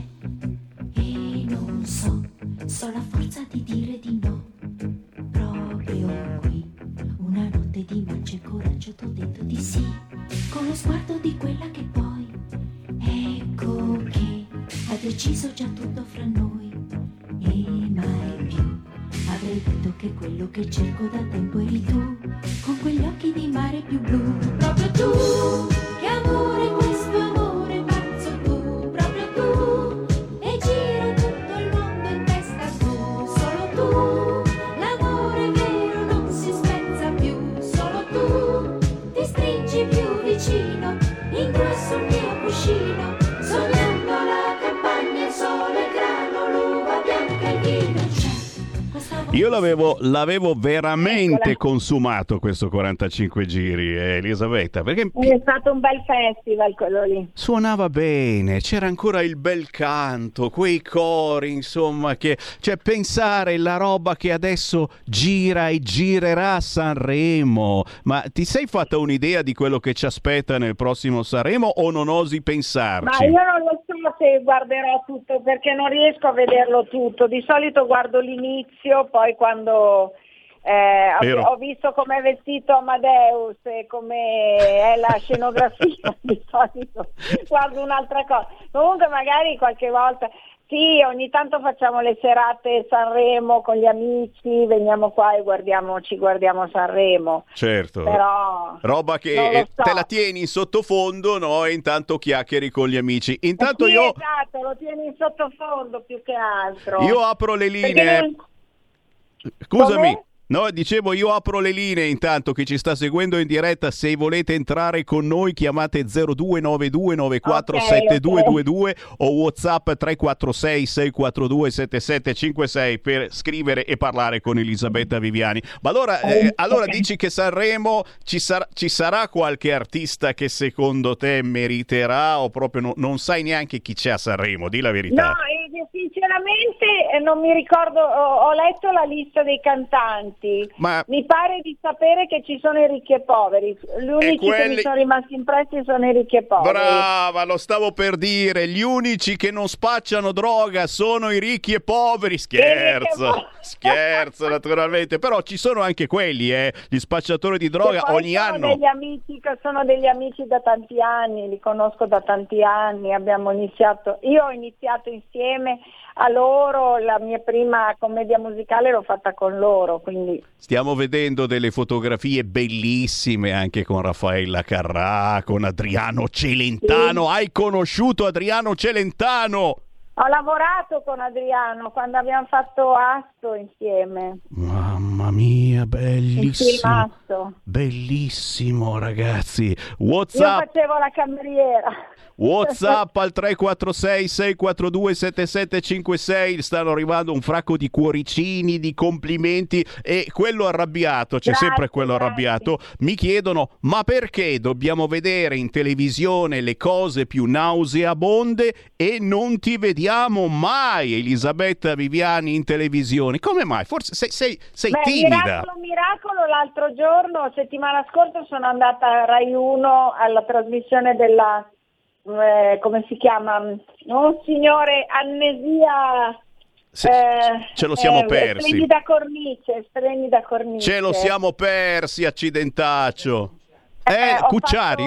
e non so la forza di dire di no. Proprio qui, una notte di maggio e coraggio t'ho detto di sì, con lo sguardo di quella che poi, ecco che ha deciso già tutto fra noi e mai più avrei detto che quello che cerco da tempo eri tu, con quegli occhi di mare più blu. Proprio tu, che amore è questo amore pazzo tu, proprio tu, e gira tutto il mondo in testa tu, solo tu, l'amore vero non si spezza più, solo tu, ti stringi più vicino, in due sul mio cuscino, sognando la campagna, il sole, il grano, l'uva bianca e il vino. Io l'avevo veramente consumato questo 45 giri, Elisabetta, perché è stato un bel festival quello lì. Suonava bene, c'era ancora il bel canto, quei cori, insomma, cioè pensare la roba che adesso gira e girerà a Sanremo. Ma ti sei fatta un'idea di quello che ci aspetta nel prossimo Sanremo o non osi pensarci? Ma io non lo so se guarderò tutto, perché non riesco a vederlo tutto. Di solito guardo l'inizio, poi quando ho visto come è vestito Amadeus e come è la scenografia, di solito guardo un'altra cosa. Comunque magari qualche volta, sì, ogni tanto facciamo le serate Sanremo con gli amici, veniamo qua e ci guardiamo Sanremo. Certo, però roba che te la tieni in sottofondo, no? E intanto chiacchieri con gli amici. Intanto sì, esatto, lo tieni in sottofondo più che altro. Io apro le linee. Scusami. Come? No, dicevo, io apro le linee intanto, chi ci sta seguendo in diretta, se volete entrare con noi chiamate 0292947222 o WhatsApp 346 642 7756 per scrivere e parlare con Elisabetta Viviani. Ma allora dici che Sanremo ci sarà qualche artista che secondo te meriterà o proprio non sai neanche chi c'è a Sanremo, di la verità? No, sinceramente non mi ricordo, ho letto la lista dei cantanti. Ma mi pare di sapere che ci sono i ricchi e poveri. Gli unici che mi sono rimasti impressi sono i ricchi e poveri. Brava, lo stavo per dire. Gli unici che non spacciano droga sono i ricchi e poveri. Scherzo naturalmente. Però ci sono anche quelli, gli spacciatori di droga ogni anno. Sono degli amici da tanti anni, li conosco da tanti anni. Io ho iniziato insieme a loro, la mia prima commedia musicale l'ho fatta con loro, quindi stiamo vedendo delle fotografie bellissime anche con Raffaella Carrà, con Adriano Celentano. Sì. Hai conosciuto Adriano Celentano? Ho lavorato con Adriano quando abbiamo fatto Asto insieme. Mamma mia, bellissimo. Bellissimo, ragazzi. WhatsApp. Io facevo la cameriera. WhatsApp al 346 642 7756, stanno arrivando un fracco di cuoricini, di complimenti, e quello arrabbiato, c'è sempre quello arrabbiato, mi chiedono: ma perché dobbiamo vedere in televisione le cose più nauseabonde e non ti vediamo mai, Elisabetta Viviani, in televisione? Come mai? Forse sei timida. Miracolo, l'altro giorno, settimana scorsa, sono andata a Rai 1 alla trasmissione della come si chiama? Oh signore, Amnesia. Ce lo siamo persi. Splendida cornice. Ce lo siamo persi, accidentaccio. Cucciari?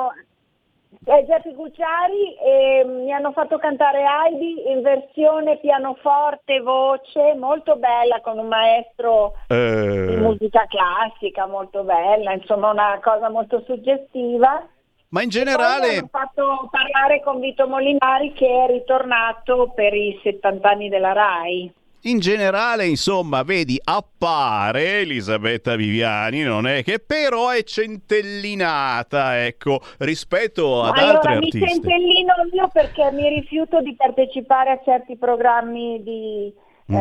Geppi Cucciari, e mi hanno fatto cantare Heidi in versione pianoforte, voce, molto bella, con un maestro di musica classica, molto bella, insomma una cosa molto suggestiva. Ma in generale hanno fatto parlare con Vito Molinari, che è ritornato per i 70 anni della Rai. In generale, insomma, vedi, appare Elisabetta Viviani, non è che però è centellinata, ecco, rispetto ad altre artiste. Mi centellino io perché mi rifiuto di partecipare a certi programmi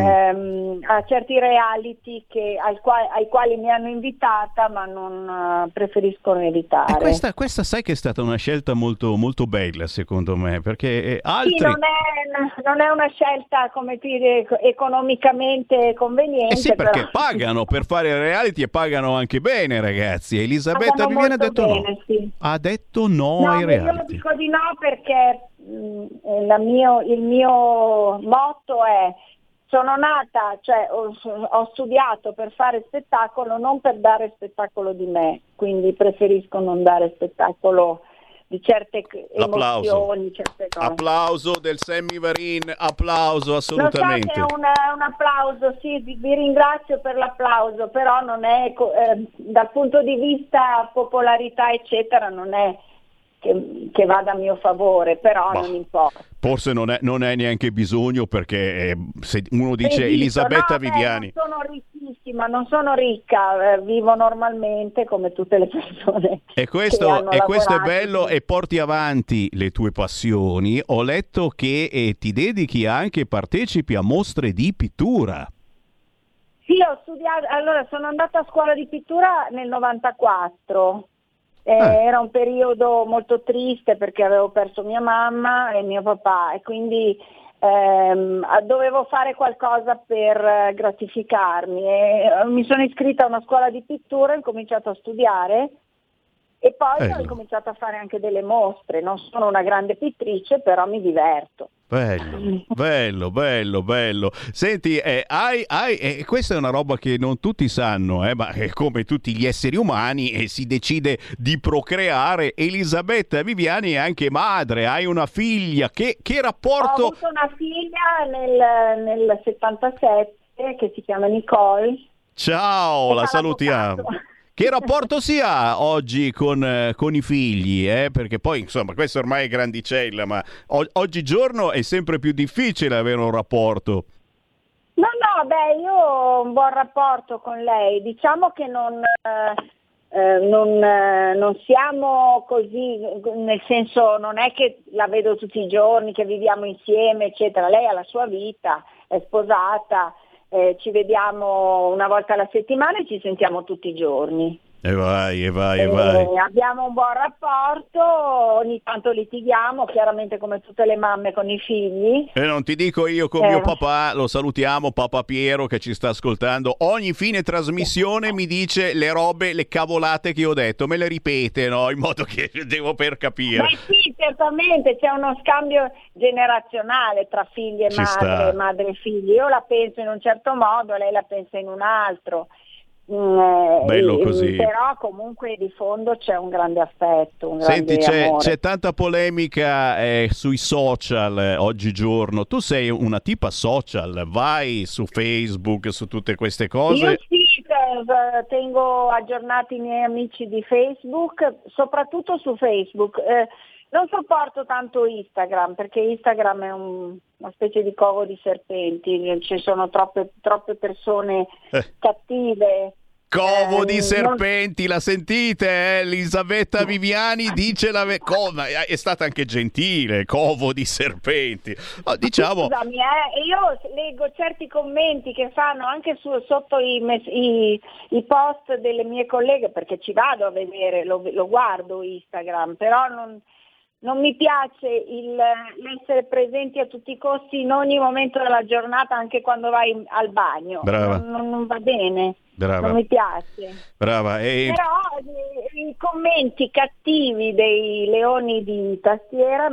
a certi reality ai quali mi hanno invitata, ma non preferiscono evitare. Questa sai che è stata una scelta molto, molto bella, secondo me, perché altri... Sì, non è una scelta, come dire, economicamente conveniente. Sì, perché però... pagano per fare reality e pagano anche bene, ragazzi. Elisabetta Viviani ha detto bene, no. Sì. Ha detto no ai reality. Io dico di no perché il mio motto è: sono nata, cioè ho studiato per fare spettacolo, non per dare spettacolo di me, quindi preferisco non dare spettacolo di certe emozioni, certe cose. Applauso del Sammy Varin, applauso assolutamente. Lo so che è un applauso, sì, vi ringrazio per l'applauso, però non è, dal punto di vista popolarità eccetera, non è che vada a mio favore, però non importa. Forse non è neanche bisogno, perché se uno dice Elisabetta Viviani... Non sono ricca, vivo normalmente come tutte le persone. E questo è bello, e porti avanti le tue passioni. Ho letto che ti dedichi anche, partecipi a mostre di pittura. Sì, ho studiato, allora sono andata a scuola di pittura nel 94. Era un periodo molto triste perché avevo perso mia mamma e mio papà, e quindi dovevo fare qualcosa per gratificarmi, e mi sono iscritta a una scuola di pittura, ho incominciato a studiare e poi ho incominciato a fare anche delle mostre. Non sono una grande pittrice, però mi diverto. Bello. Senti, questa è una roba che non tutti sanno, ma come tutti gli esseri umani, si decide di procreare. Elisabetta Viviani è anche madre, hai una figlia. Che rapporto? Ho avuto una figlia nel 77 che si chiama Nicole. Ciao, la salutiamo. Che rapporto si ha oggi con i figli? Perché poi, insomma, questa ormai è grandicella, ma oggigiorno è sempre più difficile avere un rapporto. No, io ho un buon rapporto con lei. Diciamo che non siamo così, nel senso, non è che la vedo tutti i giorni, che viviamo insieme, eccetera. Lei ha la sua vita, è sposata. Ci vediamo una volta alla settimana e ci sentiamo tutti i giorni. E vai. Abbiamo un buon rapporto, ogni tanto litighiamo, chiaramente come tutte le mamme con i figli. E non ti dico io con mio papà, lo salutiamo, papà Piero, che ci sta ascoltando. Ogni fine trasmissione mi dice le cavolate che ho detto, me le ripete, no? In modo che devo per capire. Beh sì, certamente, c'è uno scambio generazionale tra figli e madre e figli. Io la penso in un certo modo, lei la pensa in un altro. Bello così. Però comunque di fondo c'è un grande affetto, un Senti, grande amore. c'è tanta polemica sui social oggigiorno. Tu sei una tipa social, vai su Facebook, su tutte queste cose? Io sì, tengo aggiornati i miei amici di Facebook, soprattutto su Facebook. Non sopporto tanto Instagram, perché Instagram è una specie di covo di serpenti, ci sono troppe persone cattive. Covo di serpenti, la sentite? Elisabetta Viviani dice è stata anche gentile, covo di serpenti. Diciamo... Scusami, io leggo certi commenti che fanno anche sotto i post delle mie colleghe, perché ci vado a vedere, lo guardo Instagram, però non mi piace l'essere presenti a tutti i costi in ogni momento della giornata, anche quando vai al bagno. Brava. Non va bene. Brava. Non mi piace. Brava. Però i commenti cattivi dei leoni di tastiera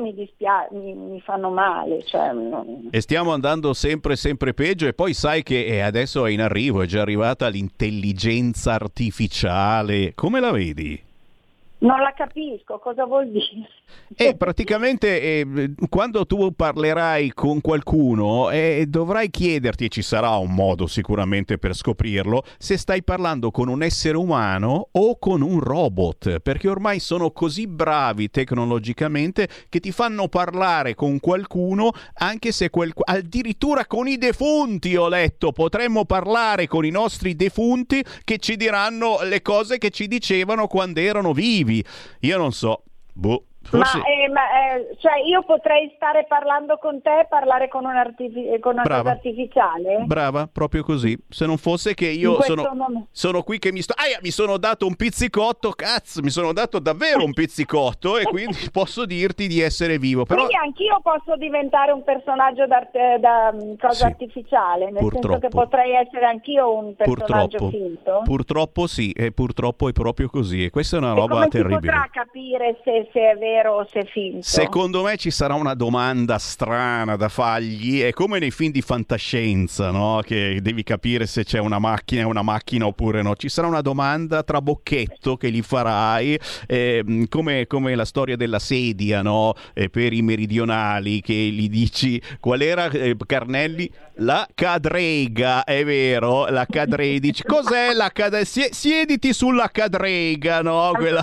mi fanno male. E stiamo andando sempre peggio, e poi sai che adesso è in arrivo, è già arrivata l'intelligenza artificiale. Come la vedi? Non la capisco, cosa vuol dire? Praticamente quando tu parlerai con qualcuno dovrai chiederti, e ci sarà un modo sicuramente per scoprirlo, se stai parlando con un essere umano o con un robot, perché ormai sono così bravi tecnologicamente che ti fanno parlare con qualcuno, anche se addirittura con i defunti, ho letto, potremmo parlare con i nostri defunti che ci diranno le cose che ci dicevano quando erano vivi. Io non so, forse... cioè io potrei stare parlando con te e parlare con una cosa artificiale? Brava, proprio così. Se non fosse che io sono qui che mi sono dato un pizzicotto, cazzo, mi sono dato davvero un pizzicotto e quindi posso dirti di essere vivo. Però... Quindi anch'io posso diventare un personaggio da cosa artificiale, nel senso che potrei essere anch'io un personaggio finto? Purtroppo sì, e purtroppo è proprio così. E questa è una roba terribile. Come si potrà capire se è vero o se è finto? Secondo me ci sarà una domanda strana da fargli, è come nei film di fantascienza, no? Che devi capire se c'è una macchina oppure no. Ci sarà una domanda trabocchetto che gli farai, come la storia della sedia, no? Per i meridionali, che gli dici qual era, Carnelli? La cadrega, è vero, la cadrega, dici cos'è la cadrega? Siediti sulla cadrega, no? Quella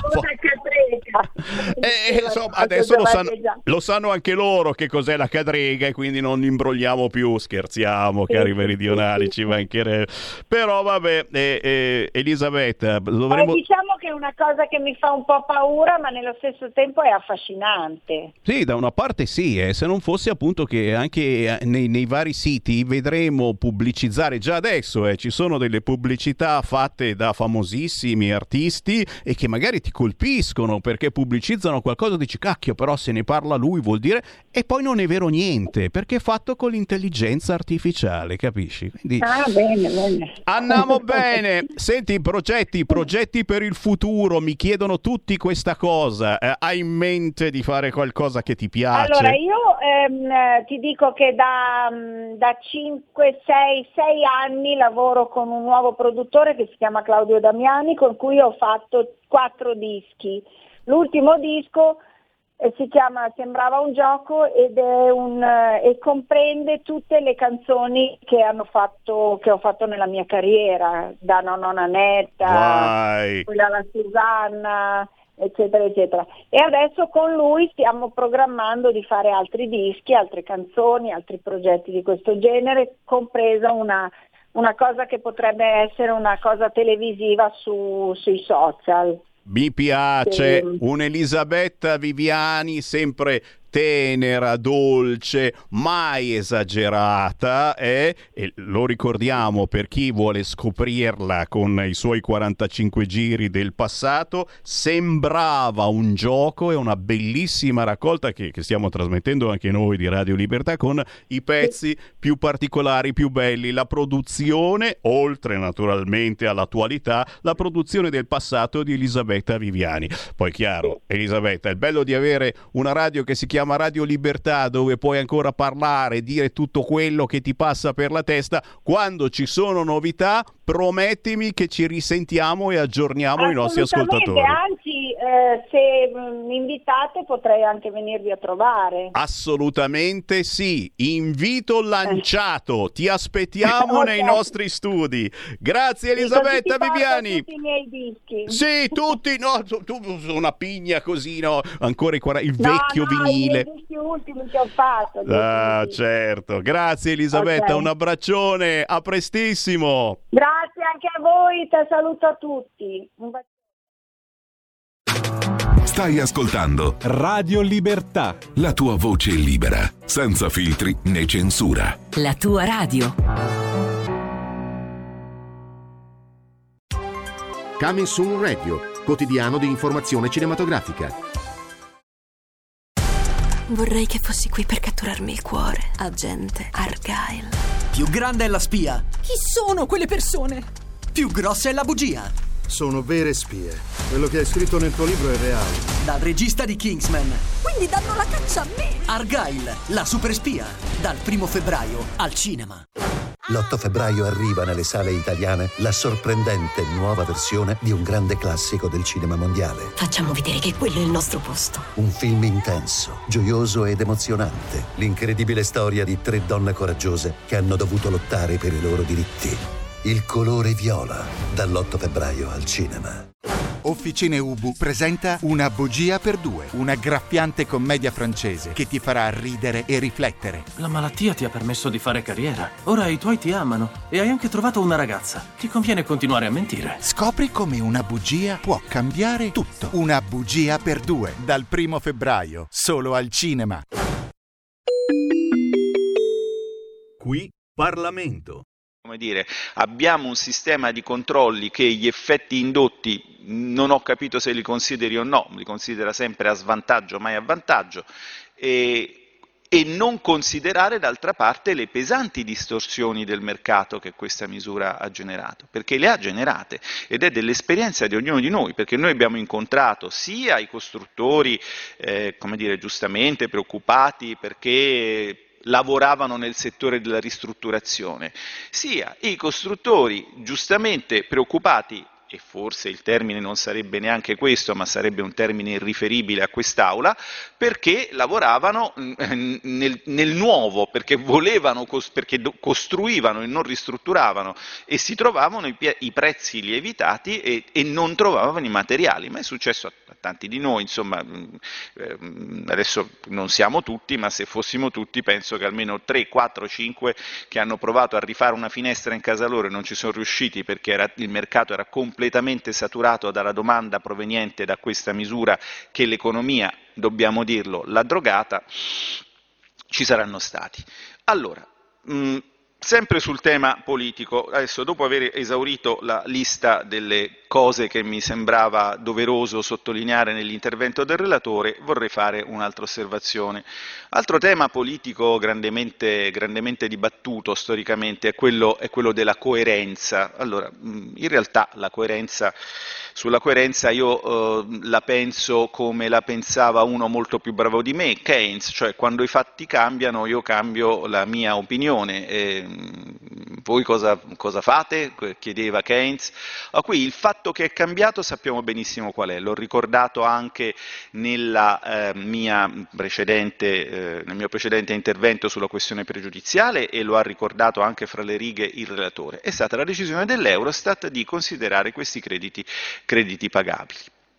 insomma, adesso lo sanno anche loro che cos'è la cadrega e quindi non imbrogliamo più, scherziamo, cari meridionali, ci mancherebbe. Però vabbè, Elisabetta, diciamo che è una cosa che mi fa un po' paura, ma nello stesso tempo è affascinante. Sì, da una parte sì, se non fosse appunto che anche nei vari siti vedremo pubblicizzare, già adesso ci sono delle pubblicità fatte da famosissimi artisti e che magari ti colpiscono perché pubblicizzano qualcosa, dici cacchio, però se ne parla lui vuol dire, e poi non è vero niente perché è fatto con l'intelligenza artificiale, capisci? Quindi bene. Andiamo bene. Senti, progetti per il futuro, mi chiedono tutti questa cosa. Hai in mente di fare qualcosa che ti piace? Allora io ti dico che da 6 anni lavoro con un nuovo produttore che si chiama Claudio Damiani, con cui ho fatto 4 dischi. L'ultimo disco si chiama Sembrava un gioco ed e comprende tutte le canzoni che ho fatto nella mia carriera, da Nonna Netta, quella alla Susanna, eccetera eccetera. E adesso con lui stiamo programmando di fare altri dischi, altre canzoni, altri progetti di questo genere, compresa una cosa che potrebbe essere una cosa televisiva sui social. Mi piace, un'Elisabetta Viviani sempre tenera, dolce, mai esagerata, e lo ricordiamo per chi vuole scoprirla con i suoi 45 giri del passato. Sembrava un gioco, è una bellissima raccolta che stiamo trasmettendo anche noi di Radio Libertà con i pezzi più particolari, più belli, la produzione, oltre naturalmente all'attualità, la produzione del passato di Elisabetta Viviani. Poi chiaro, Elisabetta, il bello di avere una radio che si chiama Radio Libertà, dove puoi ancora parlare, dire tutto quello che ti passa per la testa. Quando ci sono novità, promettimi che ci risentiamo e aggiorniamo i nostri ascoltatori. Anzi, se mi invitate potrei anche venirvi a trovare. Assolutamente sì, invito lanciato, ti aspettiamo nei nostri studi. Grazie Elisabetta Viviani. Tutti i miei dischi. Sì, tutti, no, tu una pigna così, no, ancora il vecchio vinile. I dischi ultimi che ho fatto. Certo, grazie Elisabetta, un abbraccione, a prestissimo. Grazie anche a voi, te saluto a tutti. Stai ascoltando Radio Libertà, la tua voce libera, senza filtri né censura. La tua radio. Coming Soon Radio, quotidiano di informazione cinematografica. Vorrei che fossi qui per catturarmi il cuore, agente Argyle. Più grande è la spia. Chi sono quelle persone? Più grossa è la bugia. Sono vere spie. Quello che hai scritto nel tuo libro è reale. Dal regista di Kingsman. Quindi danno la caccia a me. Argyle, la super spia. Dal 1 febbraio al cinema. L'8 febbraio arriva nelle sale italiane la sorprendente nuova versione di un grande classico del cinema mondiale. Facciamo vedere che quello è il nostro posto. Un film intenso, gioioso ed emozionante. L'incredibile storia di 3 donne coraggiose che hanno dovuto lottare per i loro diritti. Il colore viola, dall'8 febbraio al cinema. Officine Ubu presenta Una bugia per due, una graffiante commedia francese che ti farà ridere e riflettere. La malattia ti ha permesso di fare carriera. Ora i tuoi ti amano e hai anche trovato una ragazza. Ti conviene continuare a mentire. Scopri come una bugia può cambiare tutto. Una bugia per due, dal 1 febbraio, solo al cinema. Qui Parlamento. Come dire, abbiamo un sistema di controlli che gli effetti indotti non ho capito se li consideri o no, li considera sempre a svantaggio, mai a vantaggio, e non considerare d'altra parte le pesanti distorsioni del mercato che questa misura ha generato, perché le ha generate ed è dell'esperienza di ognuno di noi, perché noi abbiamo incontrato sia i costruttori, come dire, giustamente preoccupati perché lavoravano nel settore della ristrutturazione, sia i costruttori giustamente preoccupati, e forse il termine non sarebbe neanche questo, ma sarebbe un termine irriferibile a quest'Aula, perché lavoravano nel nuovo, perché volevano, perché costruivano e non ristrutturavano e si trovavano i prezzi lievitati e non trovavano i materiali, ma è successo a tanti di noi, insomma, adesso non siamo tutti, ma se fossimo tutti penso che almeno 3, 4, 5 che hanno provato a rifare una finestra in casa loro e non ci sono riusciti perché il mercato era completamente saturato dalla domanda proveniente da questa misura che l'economia, dobbiamo dirlo, l'ha drogata, ci saranno stati. Allora, sempre sul tema politico, adesso dopo aver esaurito la lista delle cose che mi sembrava doveroso sottolineare nell'intervento del relatore, vorrei fare un'altra osservazione. Altro tema politico grandemente dibattuto storicamente è quello della coerenza. Allora, in realtà sulla coerenza io la penso come la pensava uno molto più bravo di me, Keynes, cioè quando i fatti cambiano io cambio la mia opinione. Voi cosa fate? Chiedeva Keynes. Qui il fatto che è cambiato sappiamo benissimo qual è, l'ho ricordato anche nel mio precedente intervento sulla questione pregiudiziale e lo ha ricordato anche fra le righe il relatore. È stata la decisione dell'Eurostat di considerare questi crediti pagabili.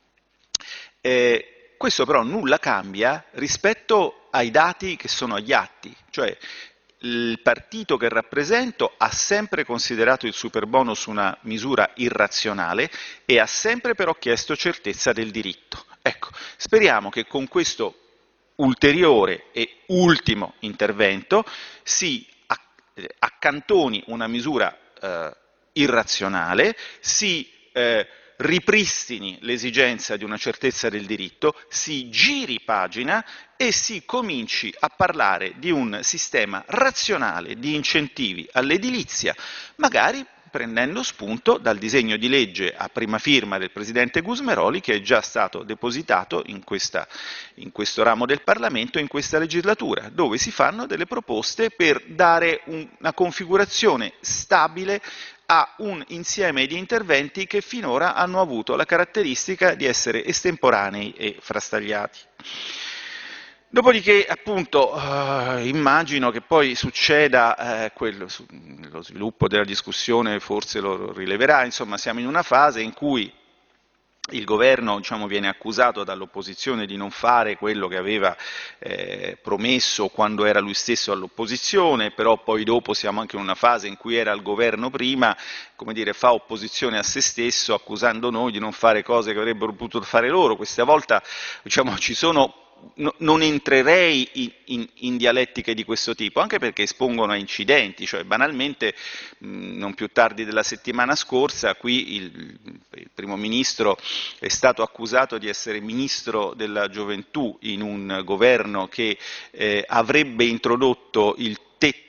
Questo però nulla cambia rispetto ai dati che sono agli atti, cioè il partito che rappresento ha sempre considerato il superbonus una misura irrazionale e ha sempre però chiesto certezza del diritto. Ecco, speriamo che con questo ulteriore e ultimo intervento si accantoni una misura irrazionale, si ripristini l'esigenza di una certezza del diritto, si giri pagina e si cominci a parlare di un sistema razionale di incentivi all'edilizia, magari prendendo spunto dal disegno di legge a prima firma del Presidente Gusmeroli che è già stato depositato in questo ramo del Parlamento in questa legislatura, dove si fanno delle proposte per dare una configurazione stabile a un insieme di interventi che finora hanno avuto la caratteristica di essere estemporanei e frastagliati. Dopodiché, appunto, immagino che poi succeda lo sviluppo della discussione, forse lo rileverà, insomma siamo in una fase in cui il governo viene accusato dall'opposizione di non fare quello che aveva promesso quando era lui stesso all'opposizione, però poi dopo siamo anche in una fase in cui era al governo prima, come dire, fa opposizione a se stesso accusando noi di non fare cose che avrebbero potuto fare loro. Questa volta ci sono. Non entrerei in dialettiche di questo tipo, anche perché espongono a incidenti, cioè banalmente non più tardi della settimana scorsa qui il primo ministro è stato accusato di essere ministro della gioventù in un governo che avrebbe introdotto il tetto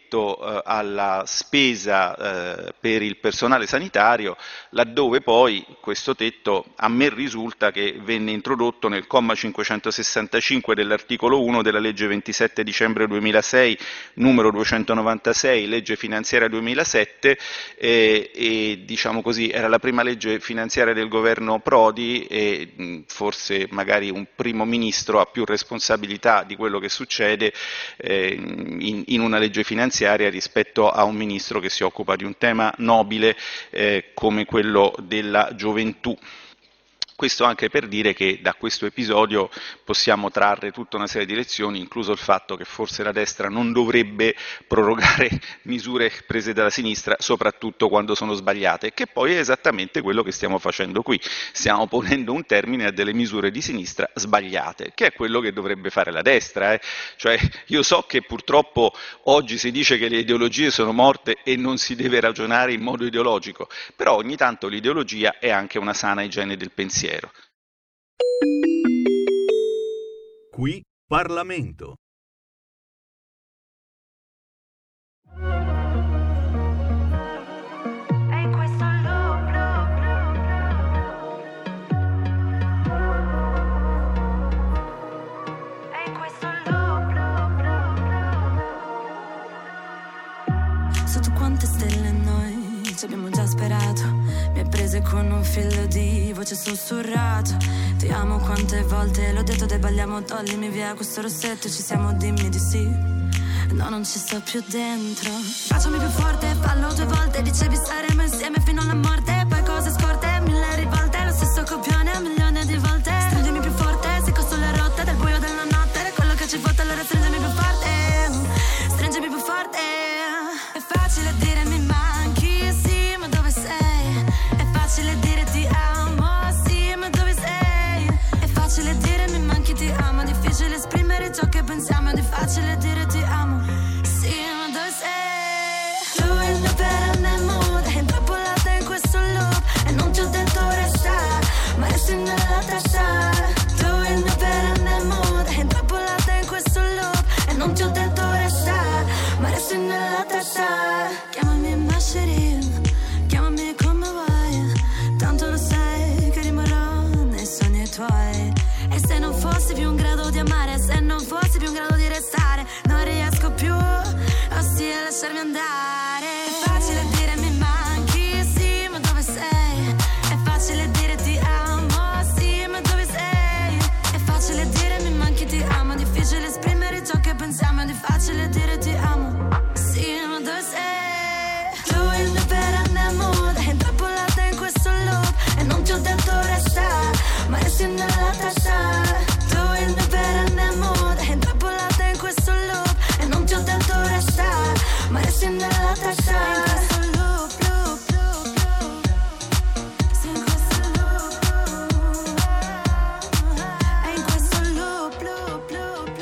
tetto alla spesa per il personale sanitario, laddove poi questo tetto a me risulta che venne introdotto nel comma 565 dell'articolo 1 della legge 27 dicembre 2006 numero 296, legge finanziaria 2007, e diciamo così era la prima legge finanziaria del governo Prodi e forse magari un primo ministro ha più responsabilità di quello che succede in una legge finanziaria rispetto a un ministro che si occupa di un tema nobile come quello della gioventù. Questo anche per dire che da questo episodio possiamo trarre tutta una serie di lezioni, incluso il fatto che forse la destra non dovrebbe prorogare misure prese dalla sinistra, soprattutto quando sono sbagliate, che poi è esattamente quello che stiamo facendo qui. Stiamo ponendo un termine a delle misure di sinistra sbagliate, che è quello che dovrebbe fare la destra. Cioè, io so che purtroppo oggi si dice che le ideologie sono morte e non si deve ragionare in modo ideologico, però ogni tanto l'ideologia è anche una sana igiene del pensiero. Qui Parlamento. Sotto quante stelle noi ci abbiamo già sperato. Mi hai preso con un filo di voce sussurrato. Ti amo quante volte l'ho detto, deballiamo, toglimi via questo rossetto. Ci siamo, dimmi di sì. No, non ci sto più dentro. Baciami più forte, fallo 2 volte. Dicevi staremo insieme fino alla morte. Poi cose scorte, 1000 rivolte. Lo stesso copione 1.000.000 di volte. Stringimi più forte, secco sulle rotte del buio della notte. Quello che ci fotte, allora stringimi più forte. Stringimi più forte. È facile dire mi manchi, sì, ma dove sei? È facile dire ti amo, sì, ma dove sei? È facile dire mi manchi, ti amo. Difficile esprimere ciò che pensiamo. È facile dire ti amo, sì, ma dove sei? Tu il mio perenne mood, è intrappolata in questo loop. E non ti ho detto resta, ma resti nella testa. Tu il mio perenne mood, è intrappolata in questo loop. E non ti ho detto resta, ma resti nella testa. Chiamami Masherin, chiamami come vuoi. Tanto lo sai che rimarrò nei sogni tuoi. E se non fossi più in grado di amare, se non fossi più in grado di restare, non riesco più, ossia lasciarmi andare. È facile dire mi manchi, sì, ma dove sei? È facile dire ti amo, sì, ma dove sei? È facile dire mi manchi, ti amo. Difficile esprimere ciò che pensiamo. È facile dire ti amo, sì, ma dove sei? Tu il mio perenne mood, è intrappolata in questo loop. E non ti ho detto resta, ma resti nella testa. Tu il mio perenne mood, è intrappolata in questo loop. E non ti ho detto resta, ma resti nella testa. In questo loop, loop, loop, loop. Sì, in questo loop. È in questo loop, loop, loop,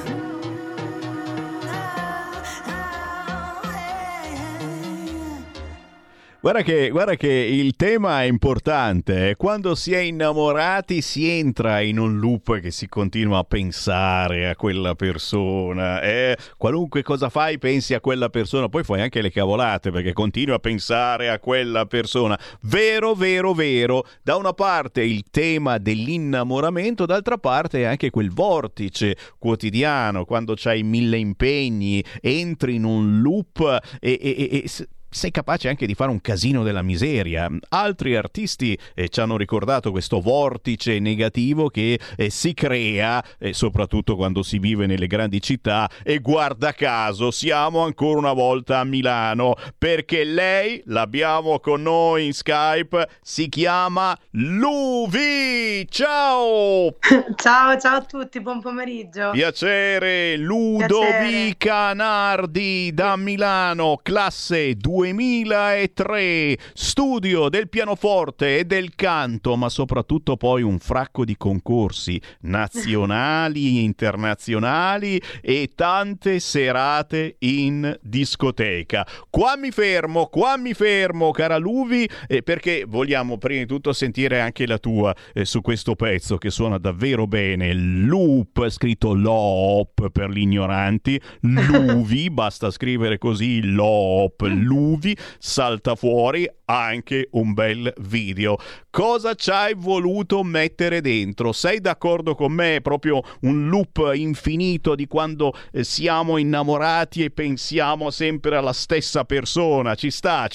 Guarda che il tema è importante. Quando si è innamorati si entra in un loop che si continua a pensare a quella persona. Qualunque cosa fai pensi a quella persona, poi fai anche le cavolate perché continui a pensare a quella persona. Vero, vero, vero. Da una parte il tema dell'innamoramento, d'altra parte anche quel vortice quotidiano, quando c'hai 1000 impegni, entri in un loop e sei capace anche di fare un casino della miseria. Altri artisti ci hanno ricordato questo vortice negativo che si crea soprattutto quando si vive nelle grandi città, e guarda caso siamo ancora una volta a Milano perché lei, l'abbiamo con noi in Skype, si chiama Luvi. Ciao! Ciao a tutti, buon pomeriggio. Piacere. Ludovica Nardi da Milano, classe 2000 2003, studio del pianoforte e del canto, ma soprattutto poi un fracco di concorsi nazionali, internazionali e tante serate in discoteca. Qua mi fermo, cara Luvi, perché vogliamo prima di tutto sentire anche la tua su questo pezzo che suona davvero bene. Loop, scritto Loop per gli ignoranti, Luvi, basta scrivere così, Loop, Luvi, salta fuori anche un bel video. Cosa ci hai voluto mettere dentro? Sei d'accordo con me? È proprio un loop infinito di quando siamo innamorati e pensiamo sempre alla stessa persona. Ci sta?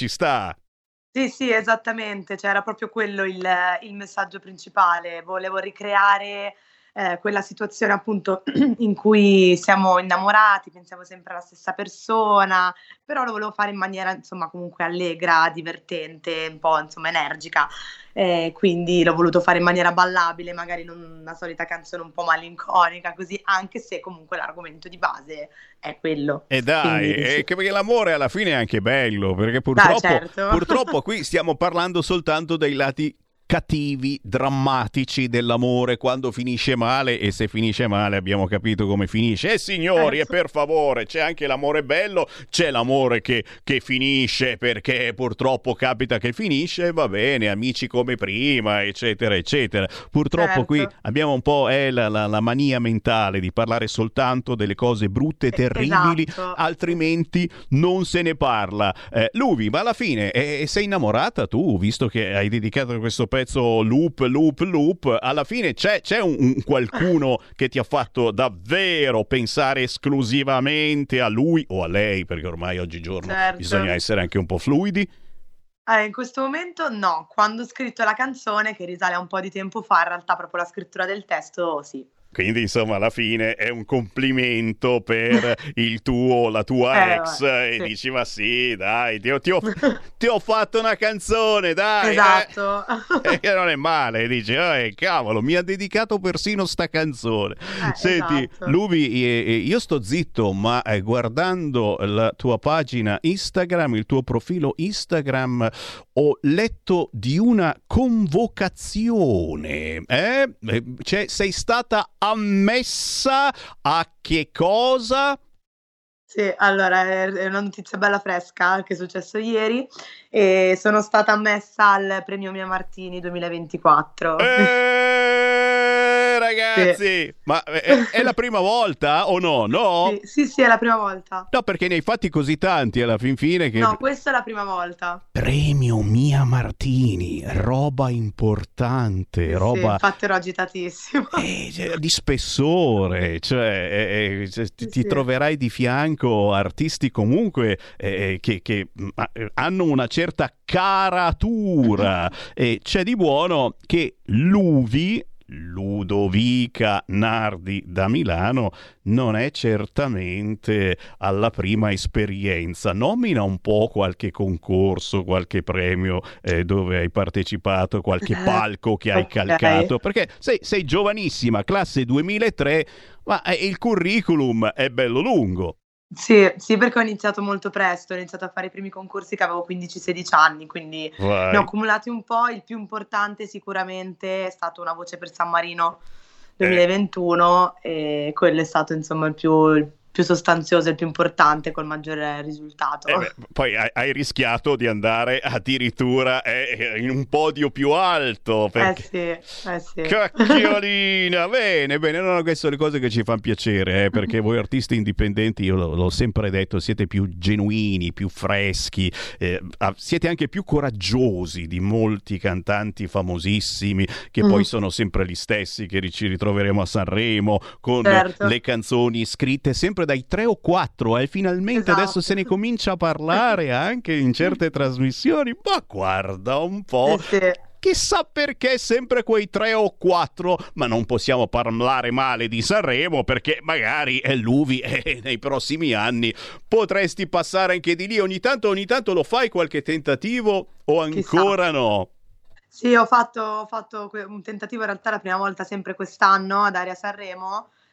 Sì, esattamente, cioè era proprio quello il messaggio principale. Volevo ricreare quella situazione appunto in cui siamo innamorati, pensiamo sempre alla stessa persona, però lo volevo fare in maniera insomma comunque allegra, divertente, un po' insomma energica, quindi l'ho voluto fare in maniera ballabile, magari non una solita canzone un po' malinconica così, anche se comunque l'argomento di base è quello. E dai, quindi, perché l'amore alla fine è anche bello, perché purtroppo qui stiamo parlando soltanto dei lati cattivi, drammatici dell'amore, quando finisce male, e se finisce male abbiamo capito come finisce. Signori, e per favore, c'è anche l'amore bello, c'è l'amore che finisce perché purtroppo capita che finisce, va bene, amici come prima, eccetera, eccetera. Purtroppo qui abbiamo un po' la mania mentale di parlare soltanto delle cose brutte e terribili, altrimenti non se ne parla. Luvi, ma alla fine sei innamorata tu, visto che hai dedicato questo pezzo loop, alla fine c'è un qualcuno che ti ha fatto davvero pensare esclusivamente a lui o a lei, perché ormai oggigiorno bisogna essere anche un po' fluidi? In questo momento no, quando ho scritto la canzone, che risale a un po' di tempo fa, in realtà proprio la scrittura del testo sì. Quindi insomma alla fine è un complimento per la tua ex e sì. Dici ma sì dai ti ho fatto una canzone dai. Esatto. Che non è male, dici cavolo mi ha dedicato persino sta canzone. Senti esatto. Luvi, io sto zitto ma guardando la tua pagina Instagram, il tuo profilo Instagram, ho letto di una convocazione, cioè sei stata ammessa a che cosa? Sì, allora è una notizia bella fresca che è successo ieri e sono stata ammessa al premio Mia Martini 2024. Ragazzi, sì. Ma è la prima volta o no? No? Sì, è la prima volta. No, perché ne hai fatti così tanti alla fin fine che... No, questa è la prima volta. Premio Mia Martini, roba importante, roba... Sì, infatti ero agitatissimo. Di spessore, cioè ti troverai di fianco artisti comunque che hanno una certa caratura e c'è di buono che Ludovica Nardi da Milano non è certamente alla prima esperienza. Nomina un po' qualche concorso, qualche premio dove hai partecipato, qualche palco che hai calcato, perché sei giovanissima, classe 2003, ma il curriculum è bello lungo. Sì, perché ho iniziato molto presto, ho iniziato a fare i primi concorsi che avevo 15-16 anni, quindi ne ho accumulati un po'. Il più importante sicuramente è stato Una voce per San Marino 2021 e quello è stato insomma il più sostanzioso, il più importante, col maggiore risultato. Poi hai rischiato di andare addirittura in un podio più alto. Perché... sì. Cacchiolina, bene, no, queste sono le cose che ci fanno piacere, perché voi artisti indipendenti, io l'ho sempre detto, siete più genuini, più freschi, siete anche più coraggiosi di molti cantanti famosissimi che poi sono sempre gli stessi che ci ritroveremo a Sanremo con le canzoni scritte sempre dai 3 o 4 e finalmente adesso se ne comincia a parlare anche in certe trasmissioni, ma guarda un po'. Chissà perché sempre quei 3 o 4, ma non possiamo parlare male di Sanremo perché magari è Luvi e nei prossimi anni potresti passare anche di lì. Ogni tanto lo fai qualche tentativo o ancora no? Sì, ho fatto un tentativo in realtà la prima volta sempre quest'anno ad Aria Sanremo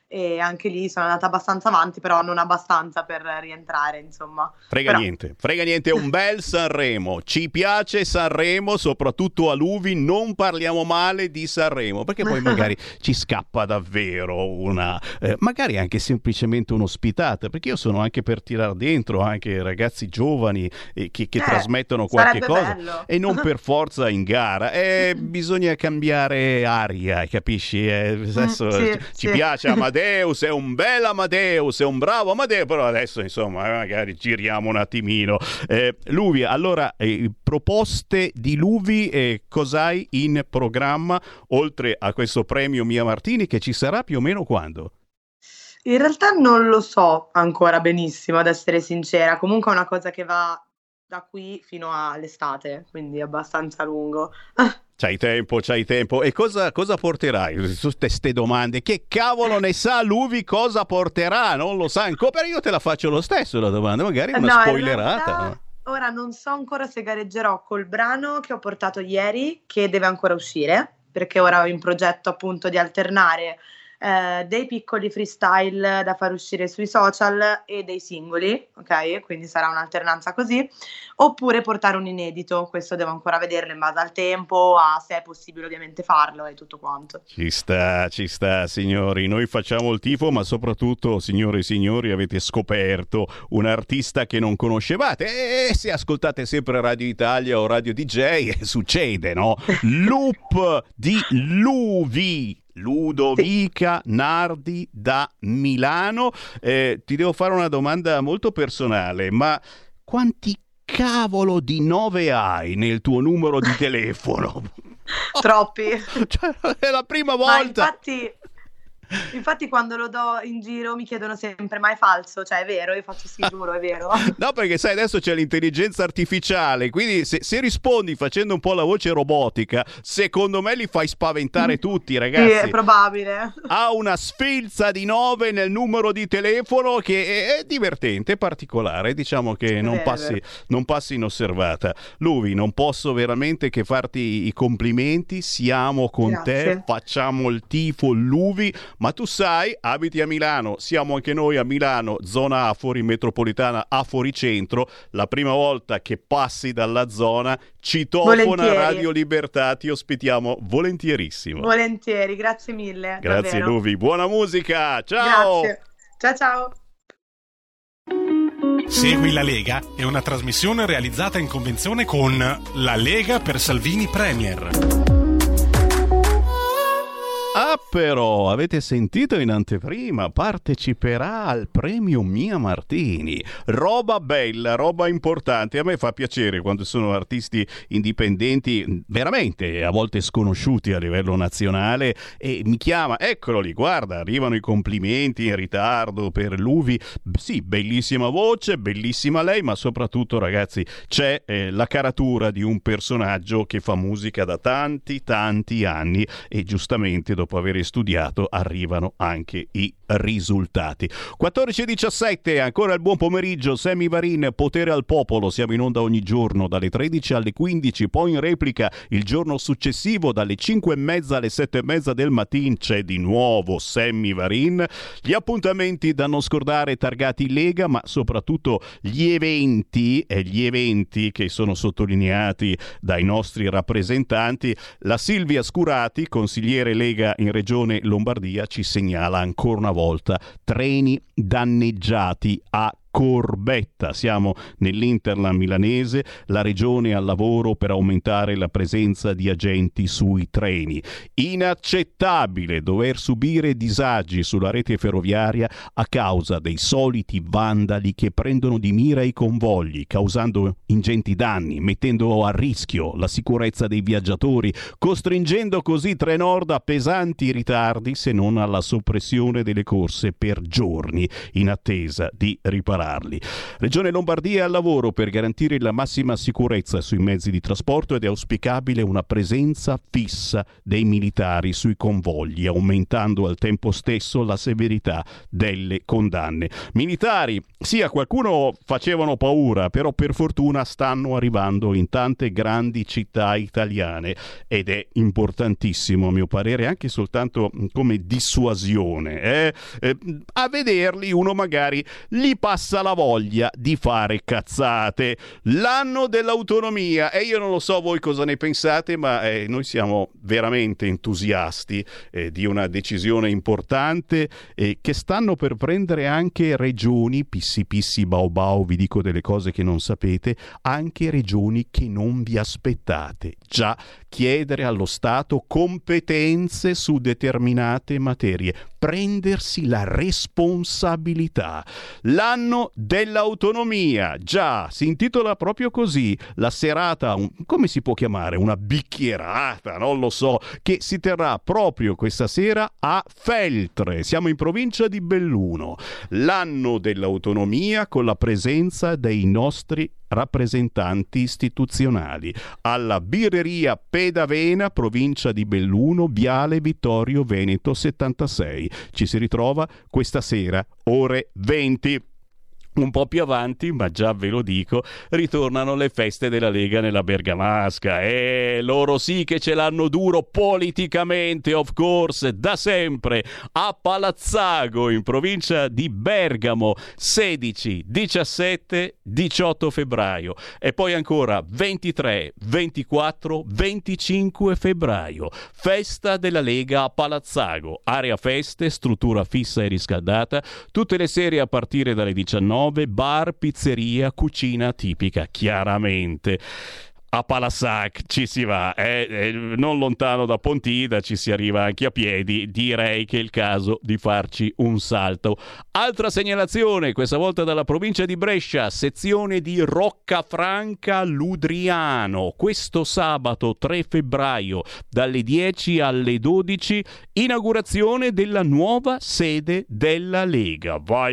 e anche lì sono andata abbastanza avanti, però non abbastanza per rientrare, insomma. Frega niente, è un bel Sanremo, ci piace Sanremo, soprattutto a Luvi, non parliamo male di Sanremo, perché poi magari ci scappa davvero una, magari anche semplicemente un'ospitata, perché io sono anche per tirar dentro anche ragazzi giovani che trasmettono qualche cosa, bello. E non per forza in gara, bisogna cambiare aria, capisci? Adesso ci piace Amadeus, è un bel Amadeus, è un bravo Amadeus, però adesso insomma magari giriamo un attimino. Luvi, allora proposte di Luvi, cos'hai in programma oltre a questo premio Mia Martini, che ci sarà più o meno quando? In realtà non lo so ancora benissimo, ad essere sincera, comunque è una cosa che va da qui fino all'estate, quindi è abbastanza lungo. C'hai tempo. E cosa porterai? Tutte ste domande. Che cavolo ne sa Luvi cosa porterà? Non lo sa ancora, però io te la faccio lo stesso la domanda, magari una spoilerata. Realtà, ora non so ancora se gareggerò col brano che ho portato ieri, che deve ancora uscire, perché ora ho in progetto appunto di alternare dei piccoli freestyle da far uscire sui social e dei singoli, ok? Quindi sarà un'alternanza così, oppure portare un inedito, questo devo ancora vederlo in base al tempo, a se è possibile ovviamente farlo e tutto quanto. Ci sta signori, noi facciamo il tifo, ma soprattutto signore e signori avete scoperto un artista che non conoscevate, e se ascoltate sempre Radio Italia o Radio DJ succede, no? Loop di Luvi, Ludovica Nardi da Milano. Ti devo fare una domanda molto personale, ma quanti cavolo di 9 hai nel tuo numero di telefono? Troppi. Cioè, è la prima volta. Ma infatti quando lo do in giro mi chiedono sempre: ma è falso? Cioè è vero? Io faccio sì, giuro, è vero. No, perché sai, adesso c'è l'intelligenza artificiale, quindi se rispondi facendo un po' la voce robotica, secondo me li fai spaventare tutti, ragazzi. Sì, è probabile. Ha una sfilza di 9 nel numero di telefono che è divertente, particolare, diciamo che non passi inosservata. Luvi, non posso veramente che farti i complimenti, siamo con Grazie. te, facciamo il tifo Luvi. Ma tu sai, abiti a Milano, siamo anche noi a Milano, zona Afori, metropolitana Afori Centro. La prima volta che passi dalla zona, citofona Radio Libertà, ti ospitiamo volentierissimo. Volentieri, grazie mille. Grazie davvero. Luvi, buona musica, ciao! Grazie. Ciao. Segui la Lega è una trasmissione realizzata in convenzione con La Lega per Salvini Premier. Ah, però, avete sentito in anteprima, parteciperà al premio Mia Martini. Roba bella, roba importante. A me fa piacere quando sono artisti indipendenti, veramente a volte sconosciuti a livello nazionale, e mi chiama, eccolo lì, guarda, arrivano i complimenti in ritardo per Luvi. Sì, bellissima voce, bellissima lei, ma soprattutto, ragazzi, c'è la caratura di un personaggio che fa musica da tanti anni, e giustamente dopo aver studiato arrivano anche i risultati. 14:17, ancora il buon pomeriggio. Sammy Varin, Potere al Popolo, siamo in onda ogni giorno dalle 13 alle 15, poi in replica il giorno successivo dalle 5:30 alle 7:30 del mattino c'è di nuovo Sammy Varin. Gli appuntamenti da non scordare targati Lega, ma soprattutto gli eventi che sono sottolineati dai nostri rappresentanti. La Silvia Scurati, consigliere Lega in Regione Lombardia, ci segnala ancora una volta treni danneggiati a Corbetta. Siamo nell'Interland milanese, la regione al lavoro per aumentare la presenza di agenti sui treni. Inaccettabile dover subire disagi sulla rete ferroviaria a causa dei soliti vandali che prendono di mira i convogli, causando ingenti danni, mettendo a rischio la sicurezza dei viaggiatori, costringendo così Trenord a pesanti ritardi, se non alla soppressione delle corse per giorni in attesa di riparare. controllarli. Regione Lombardia al lavoro per garantire la massima sicurezza sui mezzi di trasporto ed è auspicabile una presenza fissa dei militari sui convogli, aumentando al tempo stesso la severità delle condanne. Militari, sì, a qualcuno facevano paura, però per fortuna stanno arrivando in tante grandi città italiane ed è importantissimo, a mio parere, anche soltanto come dissuasione. A vederli uno magari gli passa la voglia di fare cazzate. L'anno dell'autonomia, e io non lo so voi cosa ne pensate, ma noi siamo veramente entusiasti di una decisione importante che stanno per prendere anche regioni, pissi pissi bau bau, vi dico delle cose che non sapete, anche regioni che non vi aspettate. Già, chiedere allo Stato competenze su determinate materie, prendersi la responsabilità. L'anno dell'autonomia, già, si intitola proprio così, la serata, come si può chiamare? Una bicchierata, non lo so, che si terrà proprio questa sera a Feltre, siamo in provincia di Belluno. L'anno dell'autonomia con la presenza dei nostri rappresentanti istituzionali alla birreria Pedavena, provincia di Belluno, Viale Vittorio Veneto 76. Ci si ritrova questa sera ore 20. Un po' più avanti, ma già ve lo dico, ritornano le feste della Lega nella Bergamasca. Loro sì che ce l'hanno duro politicamente, of course, da sempre. A Palazzago, in provincia di Bergamo, 16, 17, 18 febbraio. E poi ancora 23, 24, 25 febbraio. Festa della Lega a Palazzago. Area feste, struttura fissa e riscaldata. Tutte le sere a partire dalle 19. Bar, pizzeria, cucina tipica, chiaramente. A Palassac ci si va, non lontano da Pontida, ci si arriva anche a piedi, direi che è il caso di farci un salto. Altra segnalazione, questa volta dalla provincia di Brescia, sezione di Roccafranca Ludriano, questo sabato 3 febbraio dalle 10 alle 12, inaugurazione della nuova sede della Lega. Vai,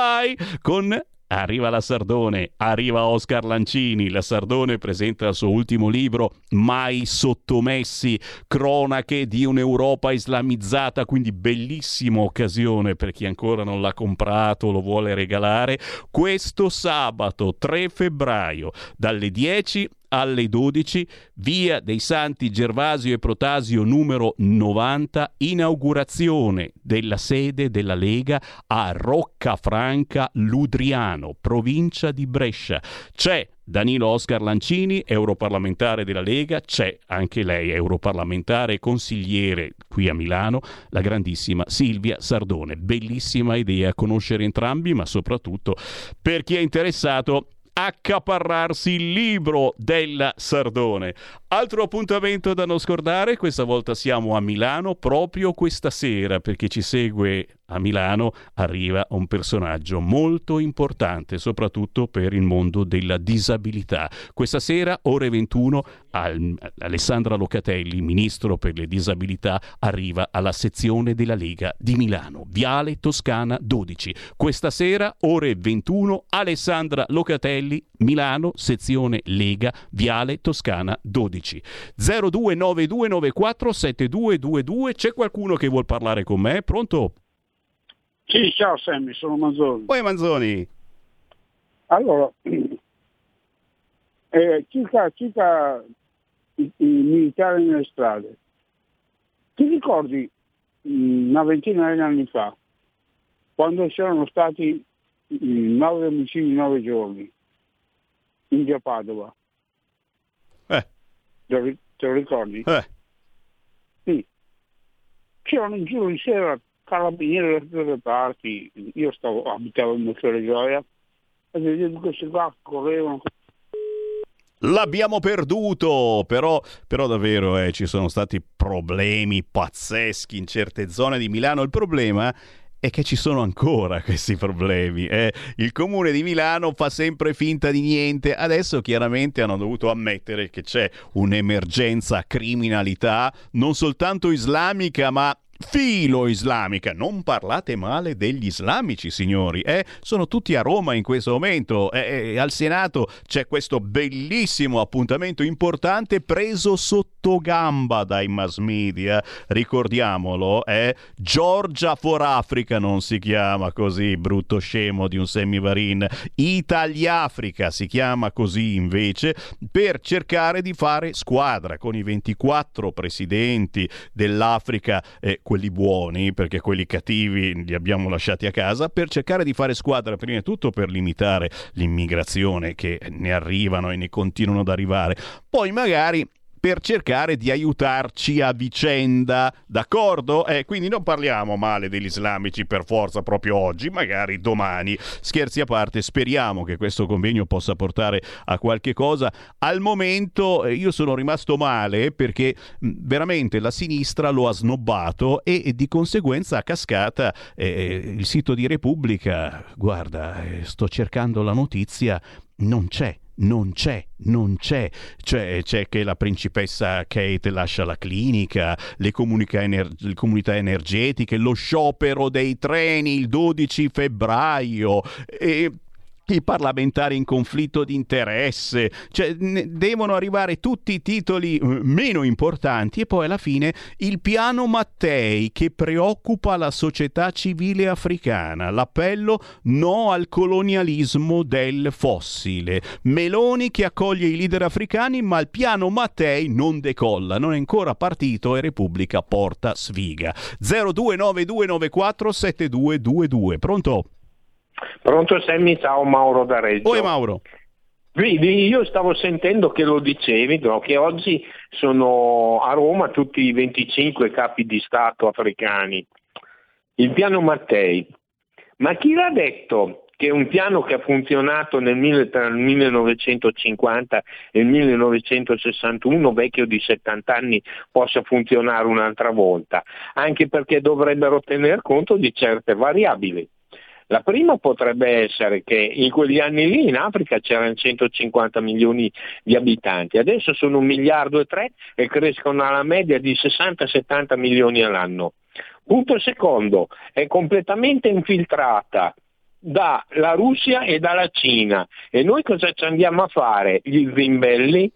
con... Arriva la Sardone, arriva Oscar Lancini. La Sardone presenta il suo ultimo libro, Mai sottomessi, cronache di un'Europa islamizzata, quindi bellissima occasione per chi ancora non l'ha comprato, lo vuole regalare. Questo sabato 3 febbraio dalle 10 alle 12, via dei Santi Gervasio e Protasio numero 90, inaugurazione della sede della Lega a Roccafranca Ludriano, provincia di Brescia. C'è Danilo Oscar Lancini, europarlamentare della Lega, c'è anche lei, europarlamentare e consigliere qui a Milano, la grandissima Silvia Sardone. Bellissima idea conoscere entrambi, ma soprattutto per chi è interessato accaparrarsi il libro della Sardone. Altro appuntamento da non scordare, questa volta siamo a Milano proprio questa sera, perché ci segue a Milano, arriva un personaggio molto importante, soprattutto per il mondo della disabilità. Questa sera, ore 21, Alessandra Locatelli, ministro per le disabilità, arriva alla sezione della Lega di Milano, Viale Toscana 12. Questa sera, ore 21, Alessandra Locatelli, Milano, sezione Lega, Viale Toscana 12. 0292947222. C'è qualcuno che vuol parlare con me? Pronto? Sì, ciao Sammy, sono Manzoni. Poi Manzoni. Allora, circa i militari nelle strade. Ti ricordi una ventina di anni fa, quando c'erano stati 9 omicidi in 9 giorni in via Padova? Te lo ricordi? Sì. C'erano in giro di sera carabinieri da tutte le parti. Io abitavo in Monte Gioia e vedevo questi qua correvano. L'abbiamo perduto, però davvero ci sono stati problemi pazzeschi in certe zone di Milano. Il problema è che ci sono ancora questi problemi. Il comune di Milano fa sempre finta di niente. Adesso chiaramente hanno dovuto ammettere che c'è un'emergenza criminalità, non soltanto islamica, ma filo-islamica. Non parlate male degli islamici, signori, sono tutti a Roma in questo momento. Al Senato c'è questo bellissimo appuntamento importante preso sotto gamba dai mass media, ricordiamolo, Georgia for Africa non si chiama così, brutto scemo di un Semivarin, Italiafrica si chiama così invece, per cercare di fare squadra con i 24 presidenti dell'Africa, quelli buoni, perché quelli cattivi li abbiamo lasciati a casa, per cercare di fare squadra prima di tutto per limitare l'immigrazione, che ne arrivano e ne continuano ad arrivare, poi magari per cercare di aiutarci a vicenda, d'accordo? Quindi non parliamo male degli islamici per forza proprio oggi, magari domani. Scherzi a parte, speriamo che questo convegno possa portare a qualche cosa. Al momento io sono rimasto male perché veramente la sinistra lo ha snobbato e di conseguenza a cascata il sito di Repubblica, guarda, sto cercando la notizia, non c'è, cioè c'è che la principessa Kate lascia la clinica, le comunità energetiche, lo sciopero dei treni il 12 febbraio e i parlamentari in conflitto di interesse, cioè devono arrivare tutti i titoli meno importanti e poi alla fine il piano Mattei che preoccupa la società civile africana, l'appello no al colonialismo del fossile, Meloni che accoglie i leader africani ma il piano Mattei non decolla, non è ancora partito e Repubblica porta sfiga. 0292947222. Pronto Sammy, ciao, Mauro da Reggio. Oi Mauro. Vedi, io stavo sentendo che lo dicevi, no? Che oggi sono a Roma tutti i 25 capi di Stato africani. Il piano Mattei. Ma chi l'ha detto che un piano che ha funzionato tra il 1950 e il 1961, vecchio di 70 anni, possa funzionare un'altra volta? Anche perché dovrebbero tener conto di certe variabili. La prima potrebbe essere che in quegli anni lì in Africa c'erano 150 milioni di abitanti, adesso sono 1,3 miliardi e crescono alla media di 60-70 milioni all'anno. Punto secondo, è completamente infiltrata dalla Russia e dalla Cina. E noi cosa ci andiamo a fare? Gli zimbelli?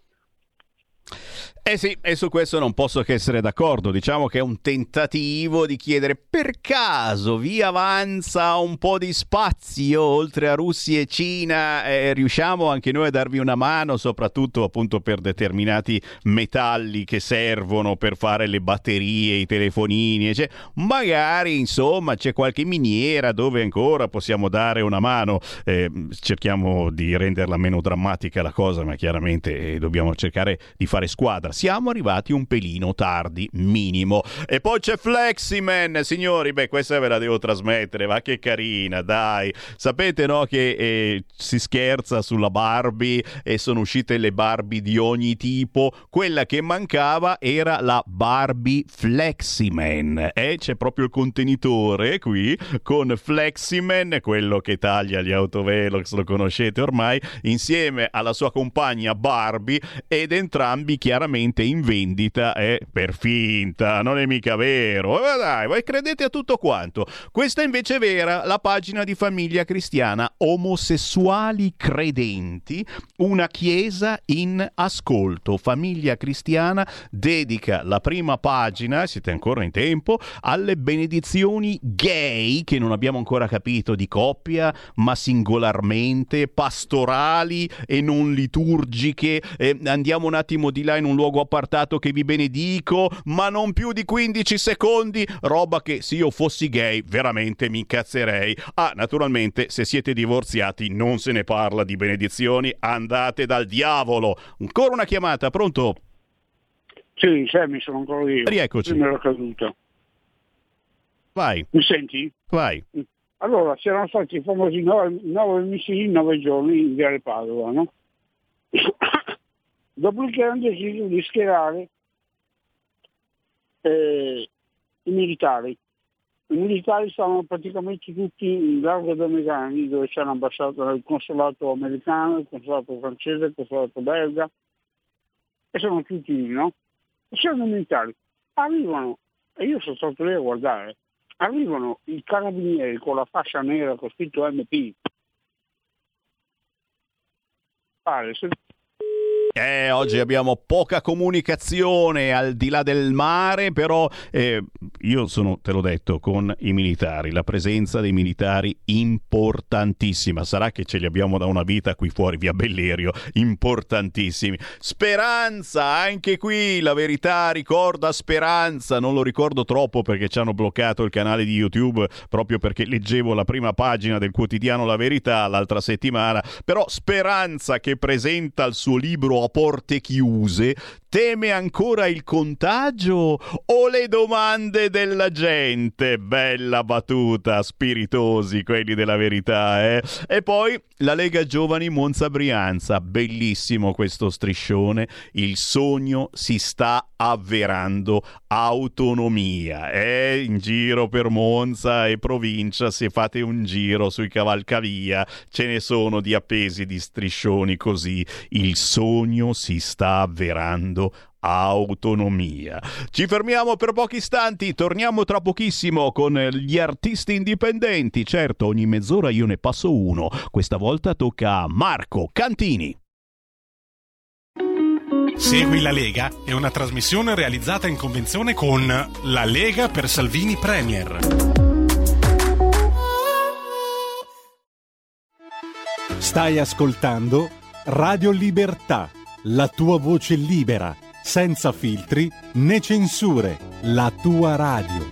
Sì, e su questo non posso che essere d'accordo. Diciamo che è un tentativo di chiedere per caso vi avanza un po' di spazio oltre a Russia e Cina, riusciamo anche noi a darvi una mano, soprattutto appunto per determinati metalli che servono per fare le batterie, i telefonini, cioè, magari insomma c'è qualche miniera dove ancora possiamo dare una mano. Cerchiamo di renderla meno drammatica la cosa, ma chiaramente dobbiamo cercare di fare squadra. Siamo arrivati un pelino tardi, minimo. E poi c'è Fleximan, signori, questa ve la devo trasmettere, ma che carina, dai. Sapete, no, che si scherza sulla Barbie e sono uscite le Barbie di ogni tipo. Quella che mancava era la Barbie Fleximan. C'è proprio il contenitore qui con Fleximan, quello che taglia gli autovelox, lo conoscete ormai, insieme alla sua compagna Barbie, ed entrambi chiaramente in vendita per finta, non è mica vero. Ma dai, voi credete a tutto quanto. Questa invece è vera, la pagina di Famiglia Cristiana, omosessuali credenti, una chiesa in ascolto. Famiglia Cristiana dedica la prima pagina, siete ancora in tempo, alle benedizioni gay, che non abbiamo ancora capito, di coppia, ma singolarmente, pastorali e non liturgiche. Andiamo un attimo di là in un luogo appartato che vi benedico, ma non più di 15 secondi, roba che se io fossi gay veramente mi incazzerei. Naturalmente se siete divorziati non se ne parla di benedizioni, andate dal diavolo. Ancora una chiamata, pronto? Sì, Sammy, sono ancora io. Rieccoci. Mi ero caduto. Vai. Mi senti? Vai. Allora, c'erano stati i famosi 9 missili in 9 giorni in Viale Padova, no? Dopodiché hanno deciso di schierare i militari. I militari stavano praticamente tutti in largo da Megani, dove c'era il consolato americano, il consolato francese, il consolato belga, e sono tutti lì, no? E c'erano i militari. Arrivano e io sono stato lì a guardare. Arrivano i carabinieri con la fascia nera con scritto MP. Oggi abbiamo poca comunicazione al di là del mare, però io sono, te l'ho detto, con i militari. La presenza dei militari importantissima. Sarà che ce li abbiamo da una vita qui fuori, via Bellerio, importantissimi. Speranza, anche qui La Verità ricorda Speranza. Non lo ricordo troppo perché ci hanno bloccato il canale di YouTube proprio perché leggevo la prima pagina del quotidiano La Verità l'altra settimana. Però Speranza, che presenta il suo libro a porte chiuse, teme ancora il contagio o le domande della gente? Bella battuta, spiritosi quelli della Verità, eh? E poi la Lega Giovani Monza Brianza, bellissimo questo striscione, il sogno si sta avverando, autonomia, in giro per Monza e provincia, se fate un giro sui cavalcavia ce ne sono di appesi di striscioni così, il sogno si sta avverando, autonomia. Ci fermiamo per pochi istanti, torniamo tra pochissimo con gli artisti indipendenti. Certo, ogni mezz'ora io ne passo uno, questa volta tocca a Marco Cantini. Segui la Lega è una trasmissione realizzata in convenzione con La Lega per Salvini Premier. Stai ascoltando Radio Libertà, la tua voce libera, senza filtri né censure, la tua radio.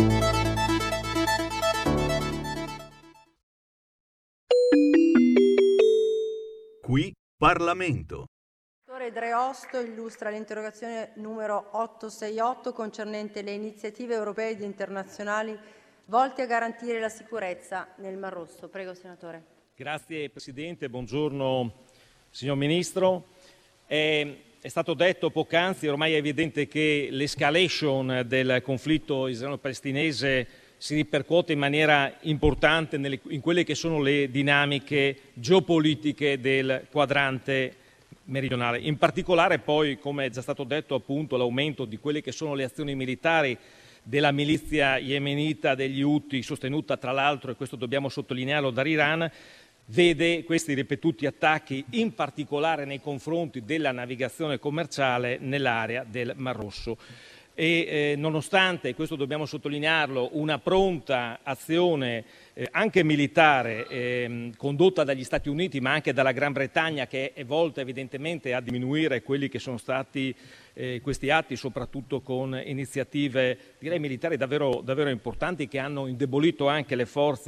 Qui Parlamento. Dreosto illustra l'interrogazione numero 868 concernente le iniziative europee ed internazionali volte a garantire la sicurezza nel Mar Rosso. Prego, senatore. Grazie Presidente, buongiorno signor Ministro. È stato detto poc'anzi, ormai è evidente che l'escalation del conflitto israelo-palestinese si ripercuote in maniera importante in quelle che sono le dinamiche geopolitiche del quadrante meridionale. In particolare poi, come è già stato detto, appunto, l'aumento di quelle che sono le azioni militari della milizia yemenita degli Houthi, sostenuta tra l'altro, e questo dobbiamo sottolinearlo, dall'Iran, vede questi ripetuti attacchi in particolare nei confronti della navigazione commerciale nell'area del Mar Rosso. E nonostante, questo dobbiamo sottolinearlo, una pronta azione anche militare condotta dagli Stati Uniti ma anche dalla Gran Bretagna, che è volta evidentemente a diminuire quelli che sono stati questi atti, soprattutto con iniziative direi militari davvero importanti che hanno indebolito anche le forze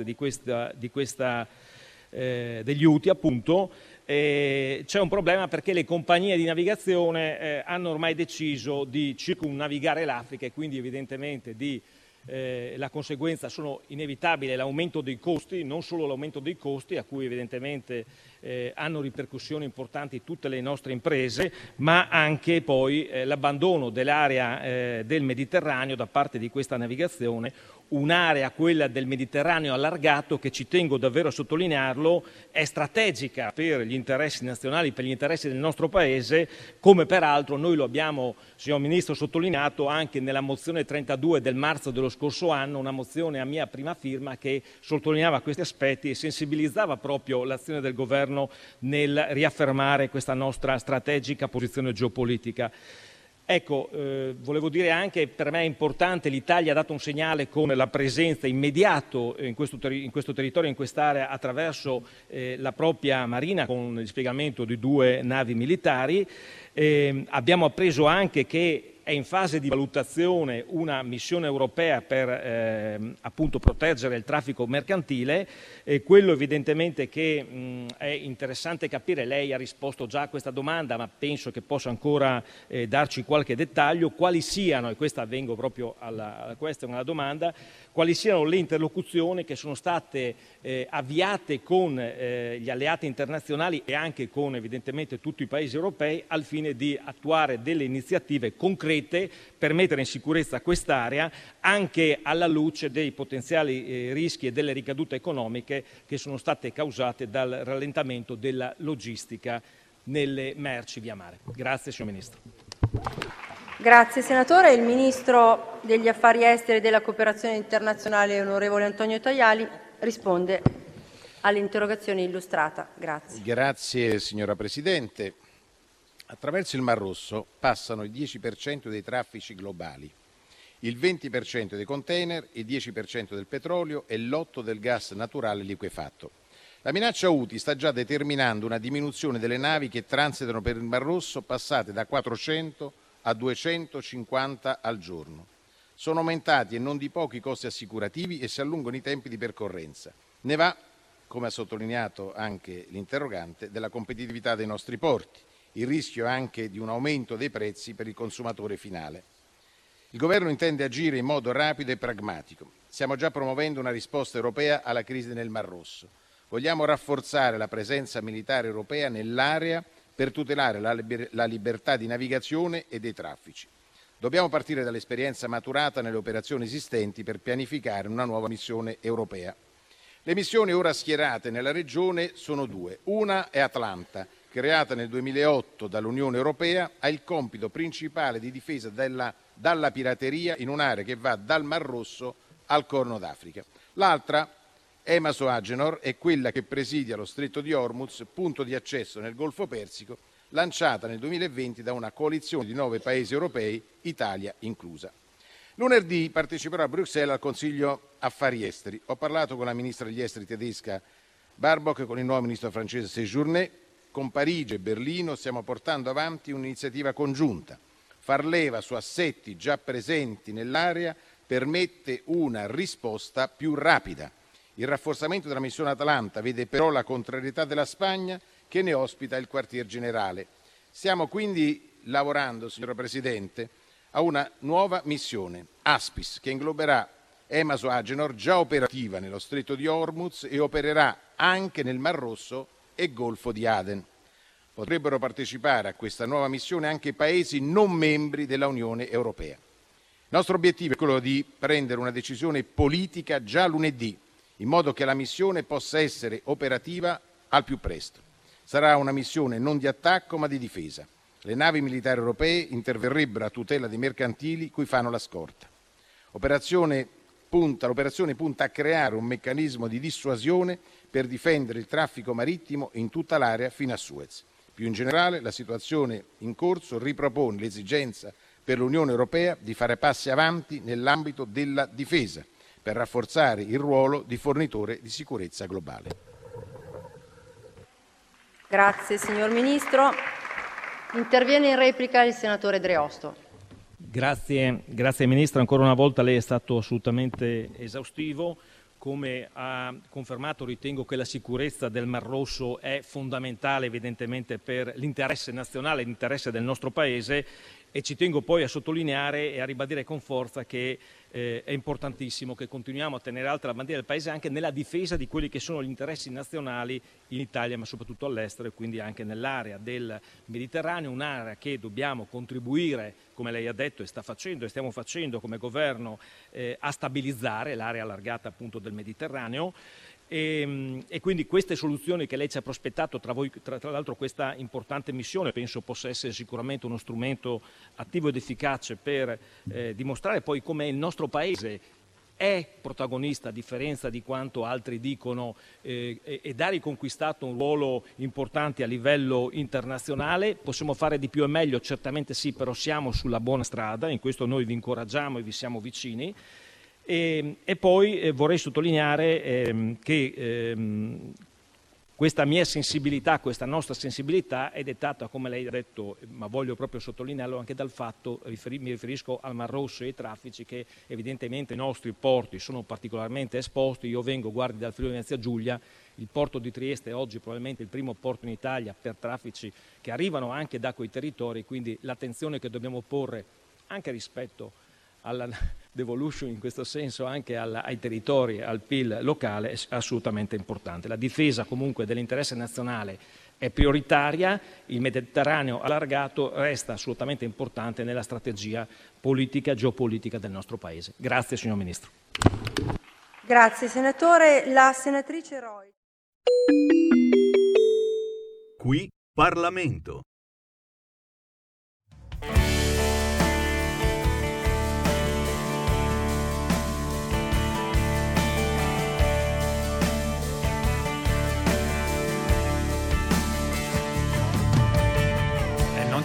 degli Houthi, appunto. C'è un problema perché le compagnie di navigazione hanno ormai deciso di circumnavigare l'Africa e quindi evidentemente la conseguenza sono inevitabile l'aumento dei costi, non solo l'aumento dei costi a cui evidentemente hanno ripercussioni importanti tutte le nostre imprese, ma anche poi l'abbandono dell'area del Mediterraneo da parte di questa navigazione, un'area, quella del Mediterraneo allargato, che ci tengo davvero a sottolinearlo, è strategica per gli interessi nazionali, per gli interessi del nostro Paese, come peraltro noi lo abbiamo, signor Ministro, sottolineato anche nella mozione 32 del marzo dello scorso anno, una mozione a mia prima firma che sottolineava questi aspetti e sensibilizzava proprio l'azione del Governo nel riaffermare questa nostra strategica posizione geopolitica. Ecco, volevo dire anche, per me è importante, l'Italia ha dato un segnale con la presenza immediato in questo territorio, in quest'area, attraverso la propria Marina, con il dispiegamento di 2 navi militari. Abbiamo appreso anche che è in fase di valutazione una missione europea per appunto proteggere il traffico mercantile. Quello evidentemente che è interessante capire, lei ha risposto già a questa domanda, ma penso che possa ancora darci qualche dettaglio, quali siano, e questa vengo proprio alla domanda, quali siano le interlocuzioni che sono state avviate con gli alleati internazionali e anche con evidentemente tutti i paesi europei al fine di attuare delle iniziative concrete per mettere in sicurezza quest'area anche alla luce dei potenziali rischi e delle ricadute economiche che sono state causate dal rallentamento della logistica nelle merci via mare. Grazie, signor Ministro. Grazie senatore. Il Ministro degli Affari Esteri e della Cooperazione Internazionale, onorevole Antonio Tajani, risponde all'interrogazione illustrata. Grazie. Grazie signora Presidente. Attraverso il Mar Rosso passano il 10% dei traffici globali, il 20% dei container, il 10% del petrolio e l'8% del gas naturale liquefatto. La minaccia Houthi sta già determinando una diminuzione delle navi che transitano per il Mar Rosso, passate da 400 a 250 al giorno. Sono aumentati e non di poco i costi assicurativi e si allungano i tempi di percorrenza. Ne va, come ha sottolineato anche l'interrogante, della competitività dei nostri porti. Il rischio è anche di un aumento dei prezzi per il consumatore finale. Il Governo intende agire in modo rapido e pragmatico. Stiamo già promuovendo una risposta europea alla crisi nel Mar Rosso. Vogliamo rafforzare la presenza militare europea nell'area per tutelare la libertà di navigazione e dei traffici. Dobbiamo partire dall'esperienza maturata nelle operazioni esistenti per pianificare una nuova missione europea. Le missioni ora schierate nella regione sono due. Una è Atlanta, creata nel 2008 dall'Unione Europea, ha il compito principale di difesa dalla pirateria in un'area che va dal Mar Rosso al Corno d'Africa. L'altra, EMASO Agenor, è quella che presidia lo Stretto di Hormuz, punto di accesso nel Golfo Persico, lanciata nel 2020 da una coalizione di 9 paesi europei, Italia inclusa. Lunedì parteciperò a Bruxelles al Consiglio Affari Esteri. Ho parlato con la ministra degli esteri tedesca Baerbock e con il nuovo ministro francese Séjourné. Con Parigi e Berlino stiamo portando avanti un'iniziativa congiunta. Far leva su assetti già presenti nell'area permette una risposta più rapida. Il rafforzamento della missione Atalanta vede però la contrarietà della Spagna, che ne ospita il quartier generale. Stiamo quindi lavorando, signora Presidente, a una nuova missione, Aspis, che ingloberà EMASO Agenor, già operativa nello Stretto di Hormuz e opererà anche nel Mar Rosso e Golfo di Aden. Potrebbero partecipare a questa nuova missione anche paesi non membri della Unione Europea. Il nostro obiettivo è quello di prendere una decisione politica già lunedì, in modo che la missione possa essere operativa al più presto. Sarà una missione non di attacco ma di difesa. Le navi militari europee interverrebbero a tutela dei mercantili cui fanno la scorta. L'operazione punta a creare un meccanismo di dissuasione per difendere il traffico marittimo in tutta l'area fino a Suez. Più in generale, la situazione in corso ripropone l'esigenza per l'Unione Europea di fare passi avanti nell'ambito della difesa per rafforzare il ruolo di fornitore di sicurezza globale. Grazie signor Ministro. Interviene in replica il senatore Dreosto. Grazie Ministro, ancora una volta lei è stato assolutamente esaustivo. Come ha confermato, ritengo che la sicurezza del Mar Rosso è fondamentale evidentemente per l'interesse nazionale, l'interesse del nostro Paese, e ci tengo poi a sottolineare e a ribadire con forza che è importantissimo che continuiamo a tenere alta la bandiera del Paese anche nella difesa di quelli che sono gli interessi nazionali in Italia, ma soprattutto all'estero, e quindi anche nell'area del Mediterraneo, un'area che dobbiamo contribuire, come lei ha detto e sta facendo e stiamo facendo come governo, a stabilizzare l'area allargata appunto del Mediterraneo. E quindi queste soluzioni che lei ci ha prospettato, tra l'altro questa importante missione penso possa essere sicuramente uno strumento attivo ed efficace per dimostrare poi come il nostro Paese è protagonista, a differenza di quanto altri dicono, ed ha riconquistato un ruolo importante a livello internazionale. Possiamo fare di più e meglio? Certamente sì, però siamo sulla buona strada, in questo noi vi incoraggiamo e vi siamo vicini. E poi vorrei sottolineare che questa mia sensibilità, questa nostra sensibilità è dettata, come lei ha detto, ma voglio proprio sottolinearlo anche dal fatto, mi riferisco al Mar Rosso e ai traffici che evidentemente i nostri porti sono particolarmente esposti. Io vengo, guardi, dal Friuli Venezia Giulia, il porto di Trieste è oggi probabilmente il primo porto in Italia per traffici che arrivano anche da quei territori, quindi l'attenzione che dobbiamo porre anche rispetto alla devolution, in questo senso anche ai territori, al PIL locale, è assolutamente importante. La difesa comunque dell'interesse nazionale è prioritaria, il Mediterraneo allargato resta assolutamente importante nella strategia politica e geopolitica del nostro Paese. Grazie signor Ministro. Grazie senatore. La senatrice Roy. Qui Parlamento.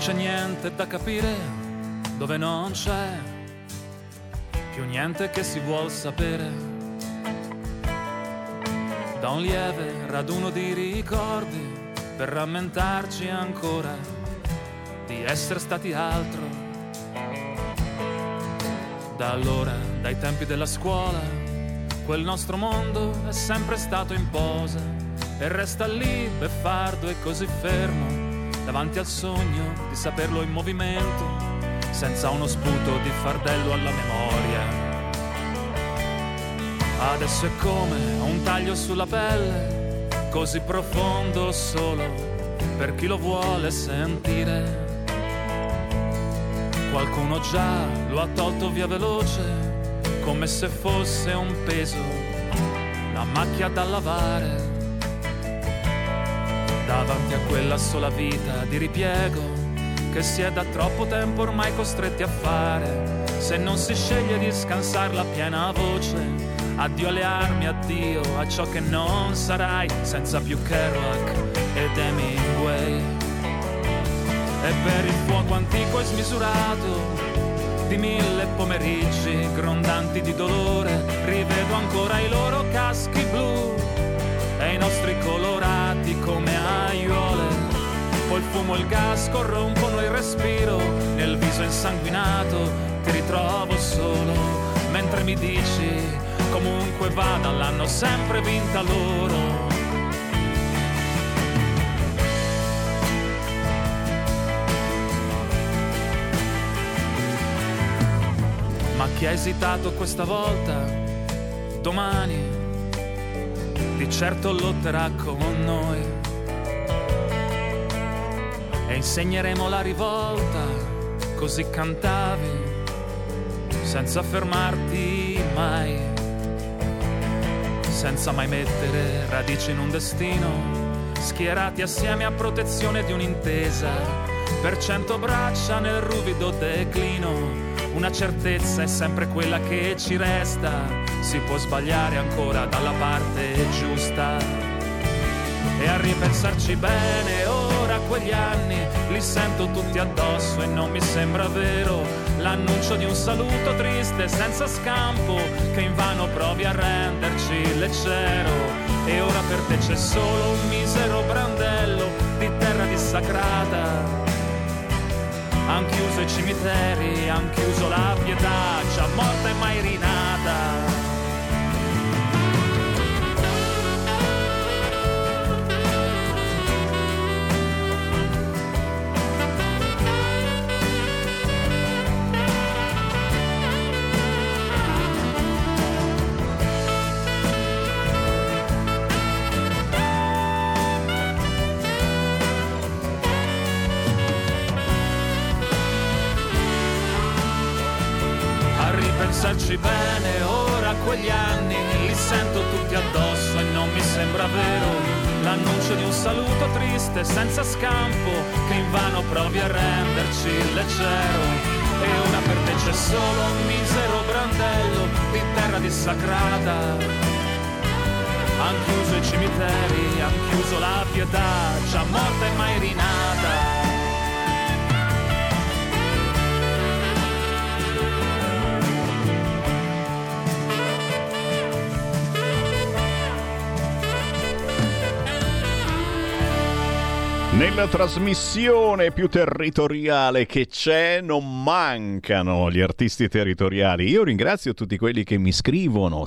c'è niente da capire dove non c'è più niente che si vuol sapere. Da un lieve raduno di ricordi per rammentarci ancora di essere stati altro. Da allora, dai tempi della scuola, quel nostro mondo è sempre stato in posa e resta lì beffardo e così fermo davanti al sogno di saperlo in movimento, senza uno sputo di fardello alla memoria. Adesso è come un taglio sulla pelle, così profondo solo per chi lo vuole sentire. Qualcuno già lo ha tolto via veloce, come se fosse un peso, la macchia da lavare. Davanti a quella sola vita di ripiego che si è da troppo tempo ormai costretti a fare, se non si sceglie di scansarla a piena voce. Addio alle armi, addio a ciò che non sarai, senza più Kerouac ed Hemingway. E per il fuoco antico e smisurato di 1000 pomeriggi grondanti di dolore, rivedo ancora i loro caschi blu e i nostri colorati come aiuole. Poi il fumo e il gas corrompono il respiro, nel viso insanguinato ti ritrovo solo, mentre mi dici comunque vada, l'hanno sempre vinta loro. Ma chi ha esitato questa volta, domani di certo lotterà con noi e insegneremo la rivolta, così cantavi senza fermarti mai, senza mai mettere radici in un destino, schierati assieme a protezione di un'intesa, per 100 braccia nel ruvido declino. Una certezza è sempre quella che ci resta, si può sbagliare ancora dalla parte giusta. E a ripensarci bene ora quegli anni li sento tutti addosso e non mi sembra vero l'annuncio di un saluto triste senza scampo che invano provi a renderci leggero. E ora per te c'è solo un misero brandello di terra dissacrata. Han chiuso i cimiteri, han chiuso la pietà, già morta e mai rinata. Pensarci bene, ora quegli anni li sento tutti addosso e non mi sembra vero l'annuncio di un saluto triste senza scampo che invano provi a renderci leggero. E ora per te c'è solo un misero brandello di terra dissacrata. Han chiuso i cimiteri, han chiuso la pietà, già morta e mai rinata. Nella trasmissione più territoriale che c'è non mancano gli artisti territoriali. Io ringrazio tutti quelli che mi scrivono: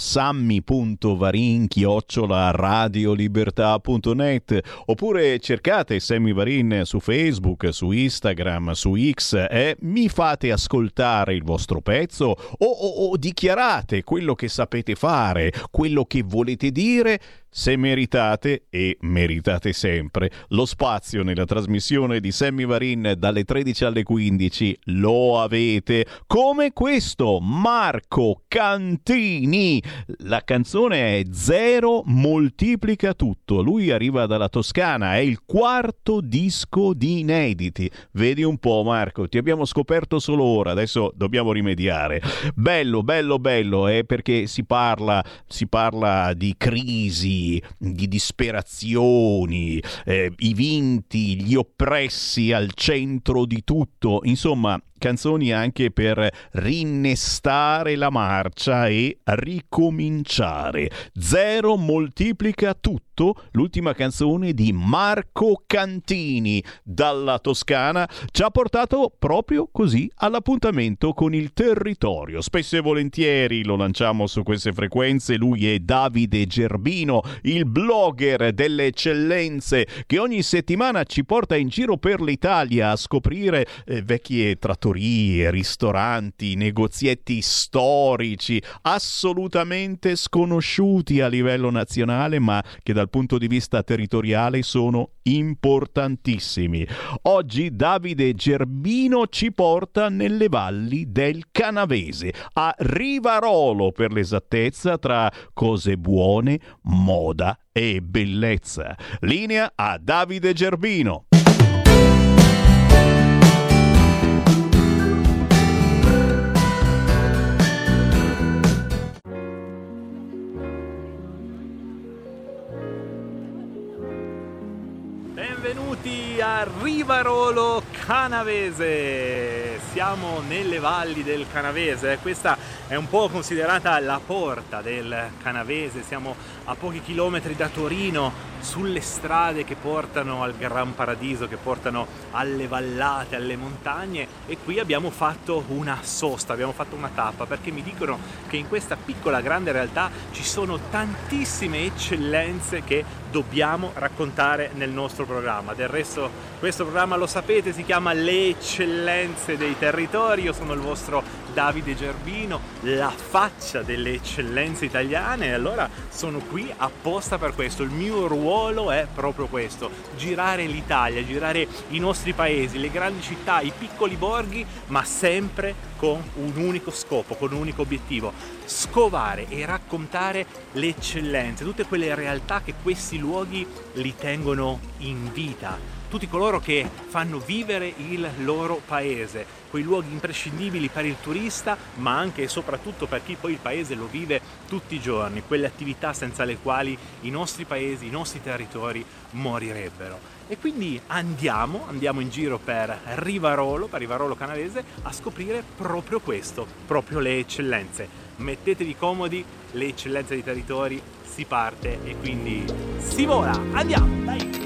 sammy.varin@radiolibertà.net, oppure cercate Sammy Varin su Facebook, su Instagram, su X e mi fate ascoltare il vostro pezzo o dichiarate quello che sapete fare, quello che volete dire. Se meritate, e meritate sempre, lo spazio nella trasmissione di Sammy Varin dalle 13 alle 15 lo avete, come questo Marco Cantini. La canzone è Zero moltiplica tutto. Lui arriva dalla Toscana, è il quarto disco di inediti. Vedi un po', Marco, ti abbiamo scoperto solo ora, adesso dobbiamo rimediare. Bello, perché si parla di crisi di disperazioni, i vinti, gli oppressi al centro di tutto, insomma canzoni anche per rinnestare la marcia e ricominciare. Zero moltiplica tutto, l'ultima canzone di Marco Cantini dalla Toscana ci ha portato proprio così all'appuntamento con il territorio. Spesso e volentieri lo lanciamo su queste frequenze, lui è Davide Gerbino, il blogger delle eccellenze che ogni settimana ci porta in giro per l'Italia a scoprire vecchie trattorie, ristoranti, negozietti storici assolutamente sconosciuti a livello nazionale, ma che dal punto di vista territoriale sono importantissimi. Oggi Davide Gerbino ci porta nelle valli del Canavese, a Rivarolo per l'esattezza, tra cose buone, moda e bellezza. Linea a Davide Gerbino. Benvenuti a Rivarolo Canavese. Siamo nelle valli del Canavese. Questa è un po' considerata la porta del Canavese. Siamo a pochi chilometri da Torino, sulle strade che portano al Gran Paradiso, che portano alle vallate, alle montagne, e qui abbiamo fatto una sosta, abbiamo fatto una tappa, perché mi dicono che in questa piccola grande realtà ci sono tantissime eccellenze che dobbiamo raccontare nel nostro programma. Del resto questo programma, lo sapete, si chiama Le Eccellenze dei Territori. Io sono il vostro Davide Gerbino, la faccia delle eccellenze italiane, e allora sono qui apposta per questo. Il mio ruolo è proprio questo: girare l'Italia, girare i nostri paesi, le grandi città, i piccoli borghi, ma sempre con un unico scopo, con un unico obiettivo: scovare e raccontare le eccellenze, tutte quelle realtà che questi luoghi li tengono in vita, tutti coloro che fanno vivere il loro paese, quei luoghi imprescindibili per il turista, ma anche e soprattutto per chi poi il paese lo vive tutti i giorni, quelle attività senza le quali i nostri paesi, i nostri territori morirebbero. E quindi andiamo in giro per Rivarolo Canavese, a scoprire proprio questo, proprio le eccellenze. Mettetevi comodi, le eccellenze dei territori, si parte e quindi si vola, andiamo, dai!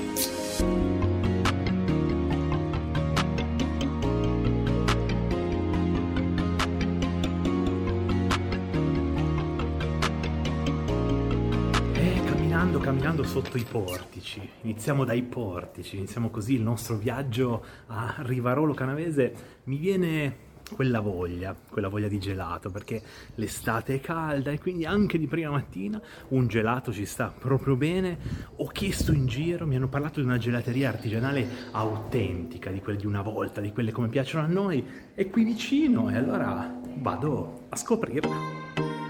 Camminando sotto i portici, iniziamo dai portici, iniziamo così il nostro viaggio a Rivarolo Canavese. Mi viene quella voglia di gelato, perché l'estate è calda e quindi anche di prima mattina un gelato ci sta proprio bene. Ho chiesto in giro, mi hanno parlato di una gelateria artigianale autentica, di quelle di una volta, di quelle come piacciono a noi, è qui vicino, e allora vado a scoprirla.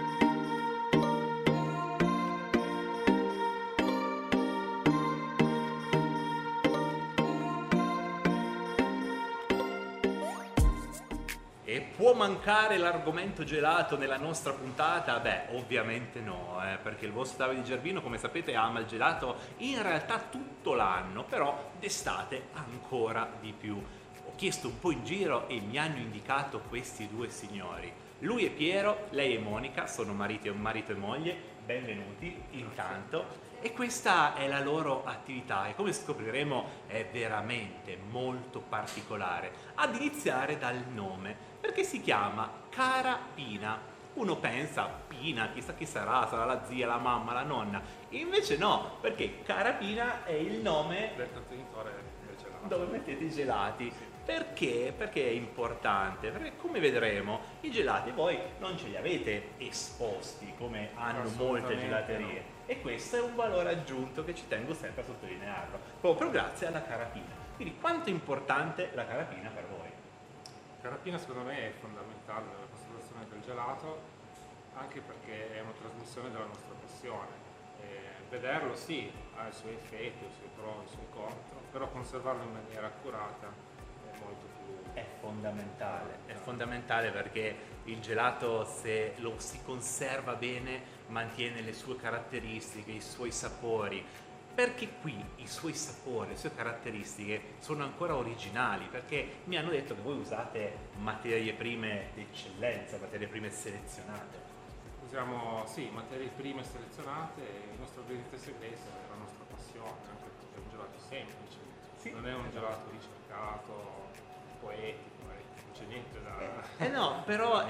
Può mancare l'argomento gelato nella nostra puntata? Beh, ovviamente no, perché il vostro Davide Gerbino, come sapete, ama il gelato in realtà tutto l'anno, però d'estate ancora di più. Ho chiesto un po' in giro e mi hanno indicato questi due signori. Lui è Piero, lei è Monica, sono marito e moglie. Benvenuti intanto. E questa è la loro attività, e come scopriremo è veramente molto particolare, ad iniziare dal nome, perché si chiama Cara Pina. Uno pensa, Pina, chissà chi sarà la zia, la mamma, la nonna, invece no, perché Cara Pina è il nome del contenitore dove mettete i gelati. Perché? Perché è importante? Perché, come vedremo, i gelati voi non ce li avete esposti come hanno molte gelaterie, no. E questo è un valore aggiunto che ci tengo sempre a sottolinearlo, proprio grazie alla Carapina. Quindi quanto è importante la Carapina per voi? La Carapina secondo me è fondamentale nella costruzione del gelato, anche perché è una trasmissione della nostra passione. Vederlo sì, ha i suoi effetti, i suoi pro, i suoi contro, però conservarlo in maniera accurata molto più... È fondamentale perché il gelato, se lo si conserva bene, mantiene le sue caratteristiche, i suoi sapori, perché qui i suoi sapori, le sue caratteristiche sono ancora originali, perché mi hanno detto che voi usate materie prime d'eccellenza, materie prime selezionate. Usiamo, sì, materie prime selezionate, e il nostro ingrediente segreto è la nostra passione, anche perché è un gelato semplice, non è un gelato ricercato, poetico, non c'è niente da... No, però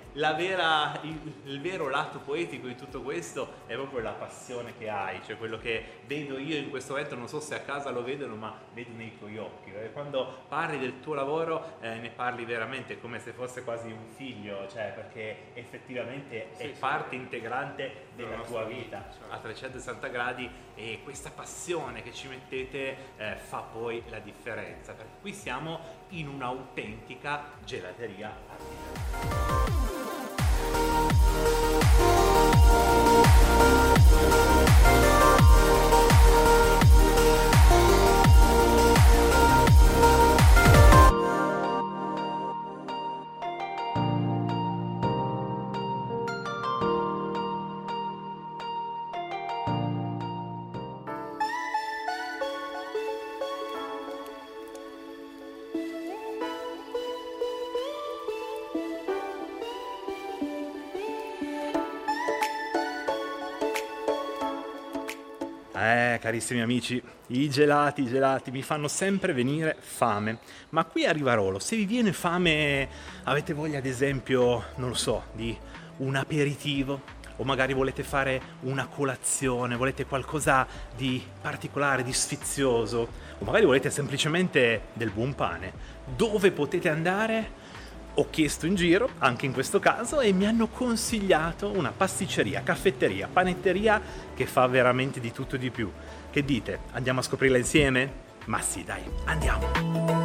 il vero lato poetico di tutto questo è proprio la passione che hai, cioè quello che vedo io in questo momento, non so se a casa lo vedono, ma vedo nei tuoi occhi. Quando parli del tuo lavoro ne parli veramente come se fosse quasi un figlio, cioè perché effettivamente è parte integrante della tua vita a 360 gradi, e questa passione che ci mettete fa poi la differenza, perché qui siamo in un'autentica gelateria artigianale. Carissimi amici, i gelati mi fanno sempre venire fame, ma qui a Rivarolo, se vi viene fame, avete voglia ad esempio, non lo so, di un aperitivo, o magari volete fare una colazione, volete qualcosa di particolare, di sfizioso, o magari volete semplicemente del buon pane, dove potete andare? Ho chiesto in giro, anche in questo caso, e mi hanno consigliato una pasticceria, caffetteria, panetteria che fa veramente di tutto e di più. Che dite? Andiamo a scoprirla insieme? Ma sì, dai, andiamo!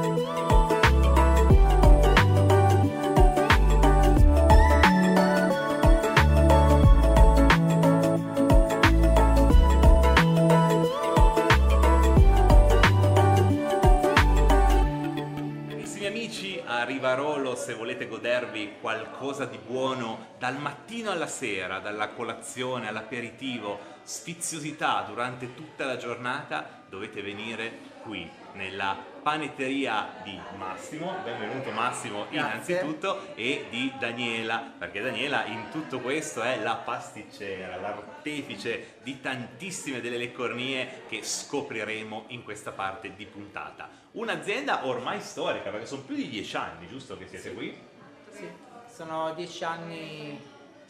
A Rivarolo, se volete godervi qualcosa di buono dal mattino alla sera, dalla colazione all'aperitivo, sfiziosità durante tutta la giornata, dovete venire qui nella panetteria di Massimo. Benvenuto Massimo. Grazie. Innanzitutto, e di Daniela, perché Daniela in tutto questo è la pasticcera, l'artefice di tantissime delle leccornie che scopriremo in questa parte di puntata. Un'azienda ormai storica, perché sono più di 10 anni, giusto che siete qui? Sì, sono 10 anni,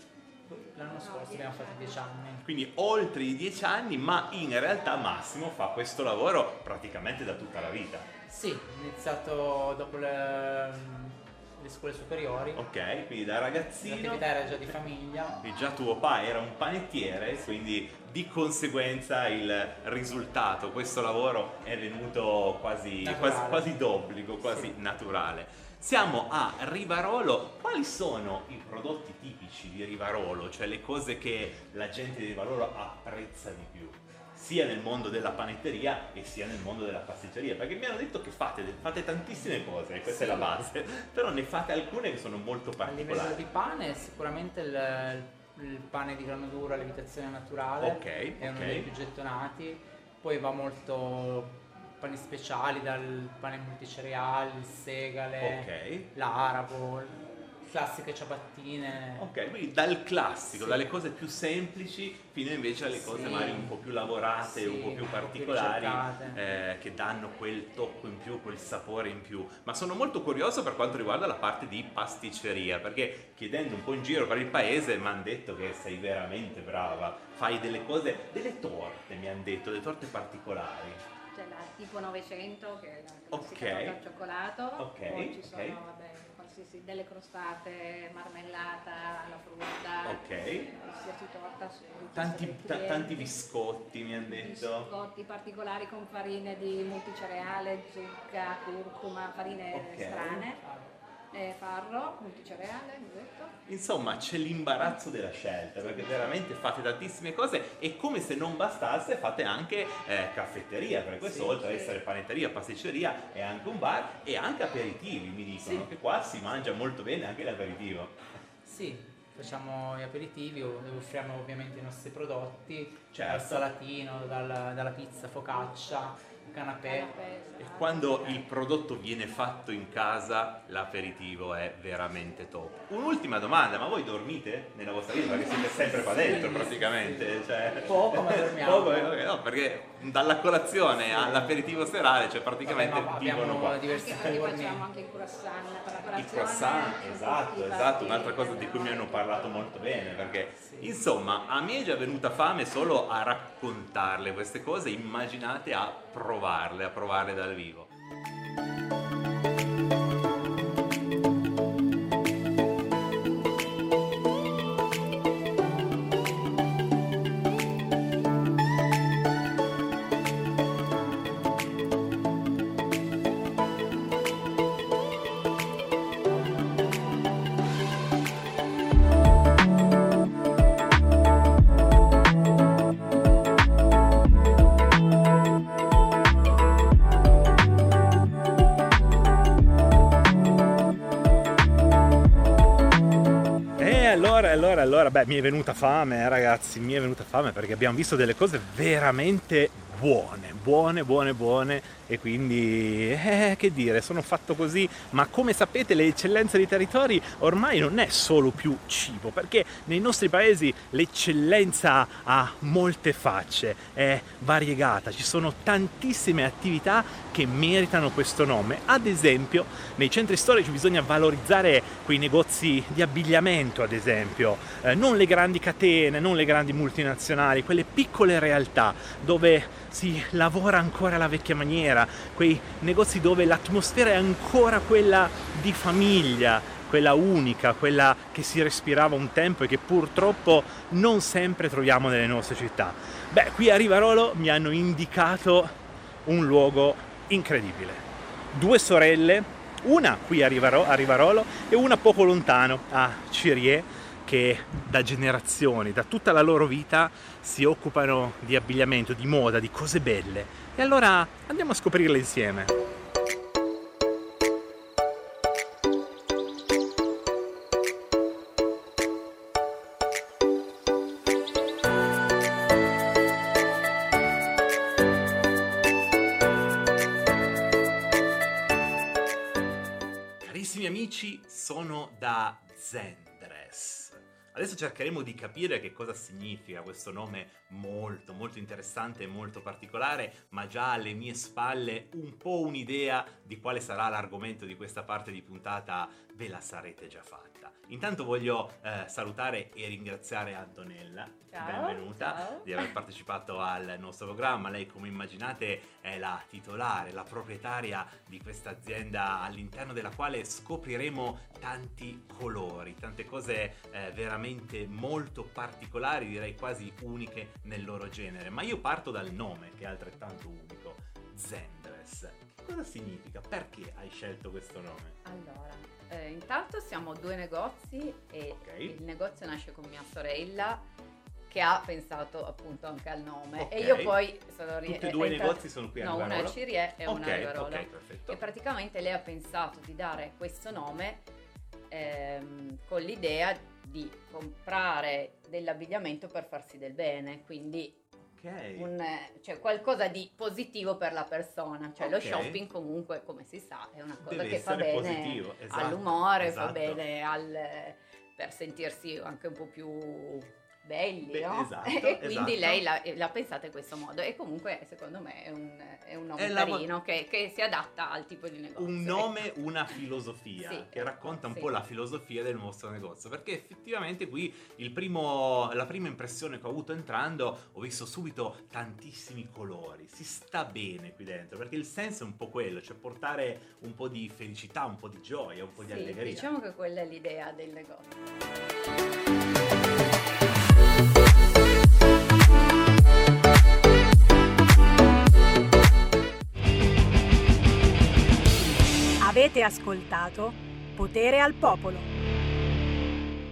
l'anno scorso abbiamo fatto 10 anni. Quindi oltre i 10 anni, ma in realtà Massimo fa questo lavoro praticamente da tutta la vita. Sì, ho iniziato dopo le scuole superiori. Ok, quindi da ragazzino. L'attività era già di famiglia. E già tuo papà era un panettiere, quindi di conseguenza il risultato, questo lavoro è venuto quasi d'obbligo, quasi naturale. Siamo a Rivarolo. Quali sono i prodotti tipici di Rivarolo, cioè le cose che la gente di Rivarolo apprezza di più, sia nel mondo della panetteria e sia nel mondo della pasticceria? Perché mi hanno detto che fate tantissime cose, questa è la base, però ne fate alcune che sono molto particolari. A livello di pane sicuramente il pane di grano duro a lievitazione naturale, è uno dei più gettonati. Poi va molto pani speciali, dal pane multicereali, il segale, l'arabo, classiche ciabattine. Ok, quindi dal classico, dalle cose più semplici fino invece alle cose magari un po' più lavorate, un po' più particolari, che danno quel tocco in più, quel sapore in più. Ma sono molto curioso per quanto riguarda la parte di pasticceria, perché chiedendo un po' in giro per il paese mi hanno detto che sei veramente brava, fai delle cose, delle torte, mi hanno detto, delle torte particolari. C'è la tipo 900 che è la classica torta al cioccolato, poi ci sono delle crostate, marmellata, la frutta, qualsiasi torta. Tanti biscotti mi hanno detto. Biscotti particolari con farine di multicereale, zucca, curcuma, farine strane. farro, multicereale, ho detto. Insomma, c'è l'imbarazzo della scelta, perché veramente fate tantissime cose e come se non bastasse fate anche caffetteria, perché questo oltre ad essere panetteria, pasticceria è anche un bar e anche aperitivi, mi dicono, che qua si mangia molto bene anche l'aperitivo. Sì, facciamo gli aperitivi dove offriamo ovviamente i nostri prodotti, Certo. dal salatino, dalla pizza, focaccia, canapè. E quando il prodotto viene fatto in casa, l'aperitivo è veramente top. Un'ultima domanda, ma voi dormite nella vostra vita? Perché siete sempre qua dentro praticamente. Cioè... Poco, ma dormiamo. No, perché dalla colazione all'aperitivo serale, cioè praticamente vivono qua. Diversi turni. Facciamo anche il croissant per la colazione. Il croissant, esatto, un'altra cosa di cui mi hanno parlato molto bene, perché insomma a me è già venuta fame solo a raccontarle queste cose, immaginate a provarle dal vivo. Allora, mi è venuta fame, ragazzi, mi è venuta fame perché abbiamo visto delle cose veramente buone e quindi che dire, sono fatto così, ma come sapete l'eccellenza dei territori ormai non è solo più cibo, perché nei nostri paesi l'eccellenza ha molte facce, è variegata, ci sono tantissime attività che meritano questo nome. Ad esempio nei centri storici bisogna valorizzare quei negozi di abbigliamento, ad esempio, non le grandi catene, non le grandi multinazionali, quelle piccole realtà dove si lavora ancora alla vecchia maniera, quei negozi dove l'atmosfera è ancora quella di famiglia, quella unica, quella che si respirava un tempo e che purtroppo non sempre troviamo nelle nostre città. Qui a Rivarolo mi hanno indicato un luogo incredibile. 2 sorelle, una qui a Rivarolo e una poco lontano, a Cirié, che da generazioni, da tutta la loro vita si occupano di abbigliamento, di moda, di cose belle. E allora andiamo a scoprirle insieme. Carissimi amici, sono da Zendress. Adesso cercheremo di capire che cosa significa questo nome molto interessante e molto particolare, ma già alle mie spalle un po' un'idea di quale sarà l'argomento di questa parte di puntata ve la sarete già fatta. Intanto voglio salutare e ringraziare Antonella, benvenuta, di aver partecipato al nostro programma. Lei, come immaginate, è la titolare, la proprietaria di questa azienda all'interno della quale scopriremo tanti colori, tante cose veramente molto particolari, direi quasi uniche nel loro genere. Ma io parto dal nome, che è altrettanto unico, Zendress. Cosa significa? Perché hai scelto questo nome? Allora, intanto siamo 2 negozi e il negozio nasce con mia sorella che ha pensato appunto anche al nome e io poi sono Tutti e 2 i negozi sono qui a Rivarolo? No, una a Cirié e una a Rivarolo. Perfetto. E praticamente lei ha pensato di dare questo nome con l'idea di comprare dell'abbigliamento per farsi del bene, quindi cioè qualcosa di positivo per la persona, cioè lo shopping comunque, come si sa, è una cosa deve che fa bene positivo, esatto, all'umore, fa bene per sentirsi anche un po' più belli, no? Esatto, e quindi lei l'ha pensata in questo modo e comunque secondo me è un nome carino che si adatta al tipo di negozio. Un nome, una filosofia che racconta un sì. po' la filosofia del vostro negozio, perché effettivamente qui la prima impressione che ho avuto entrando, ho visto subito tantissimi colori, si sta bene qui dentro, perché il senso è un po' quello, cioè portare un po' di felicità, un po' di gioia, un po' di allegria. Diciamo che quella è l'idea del negozio. Avete ascoltato potere al popolo.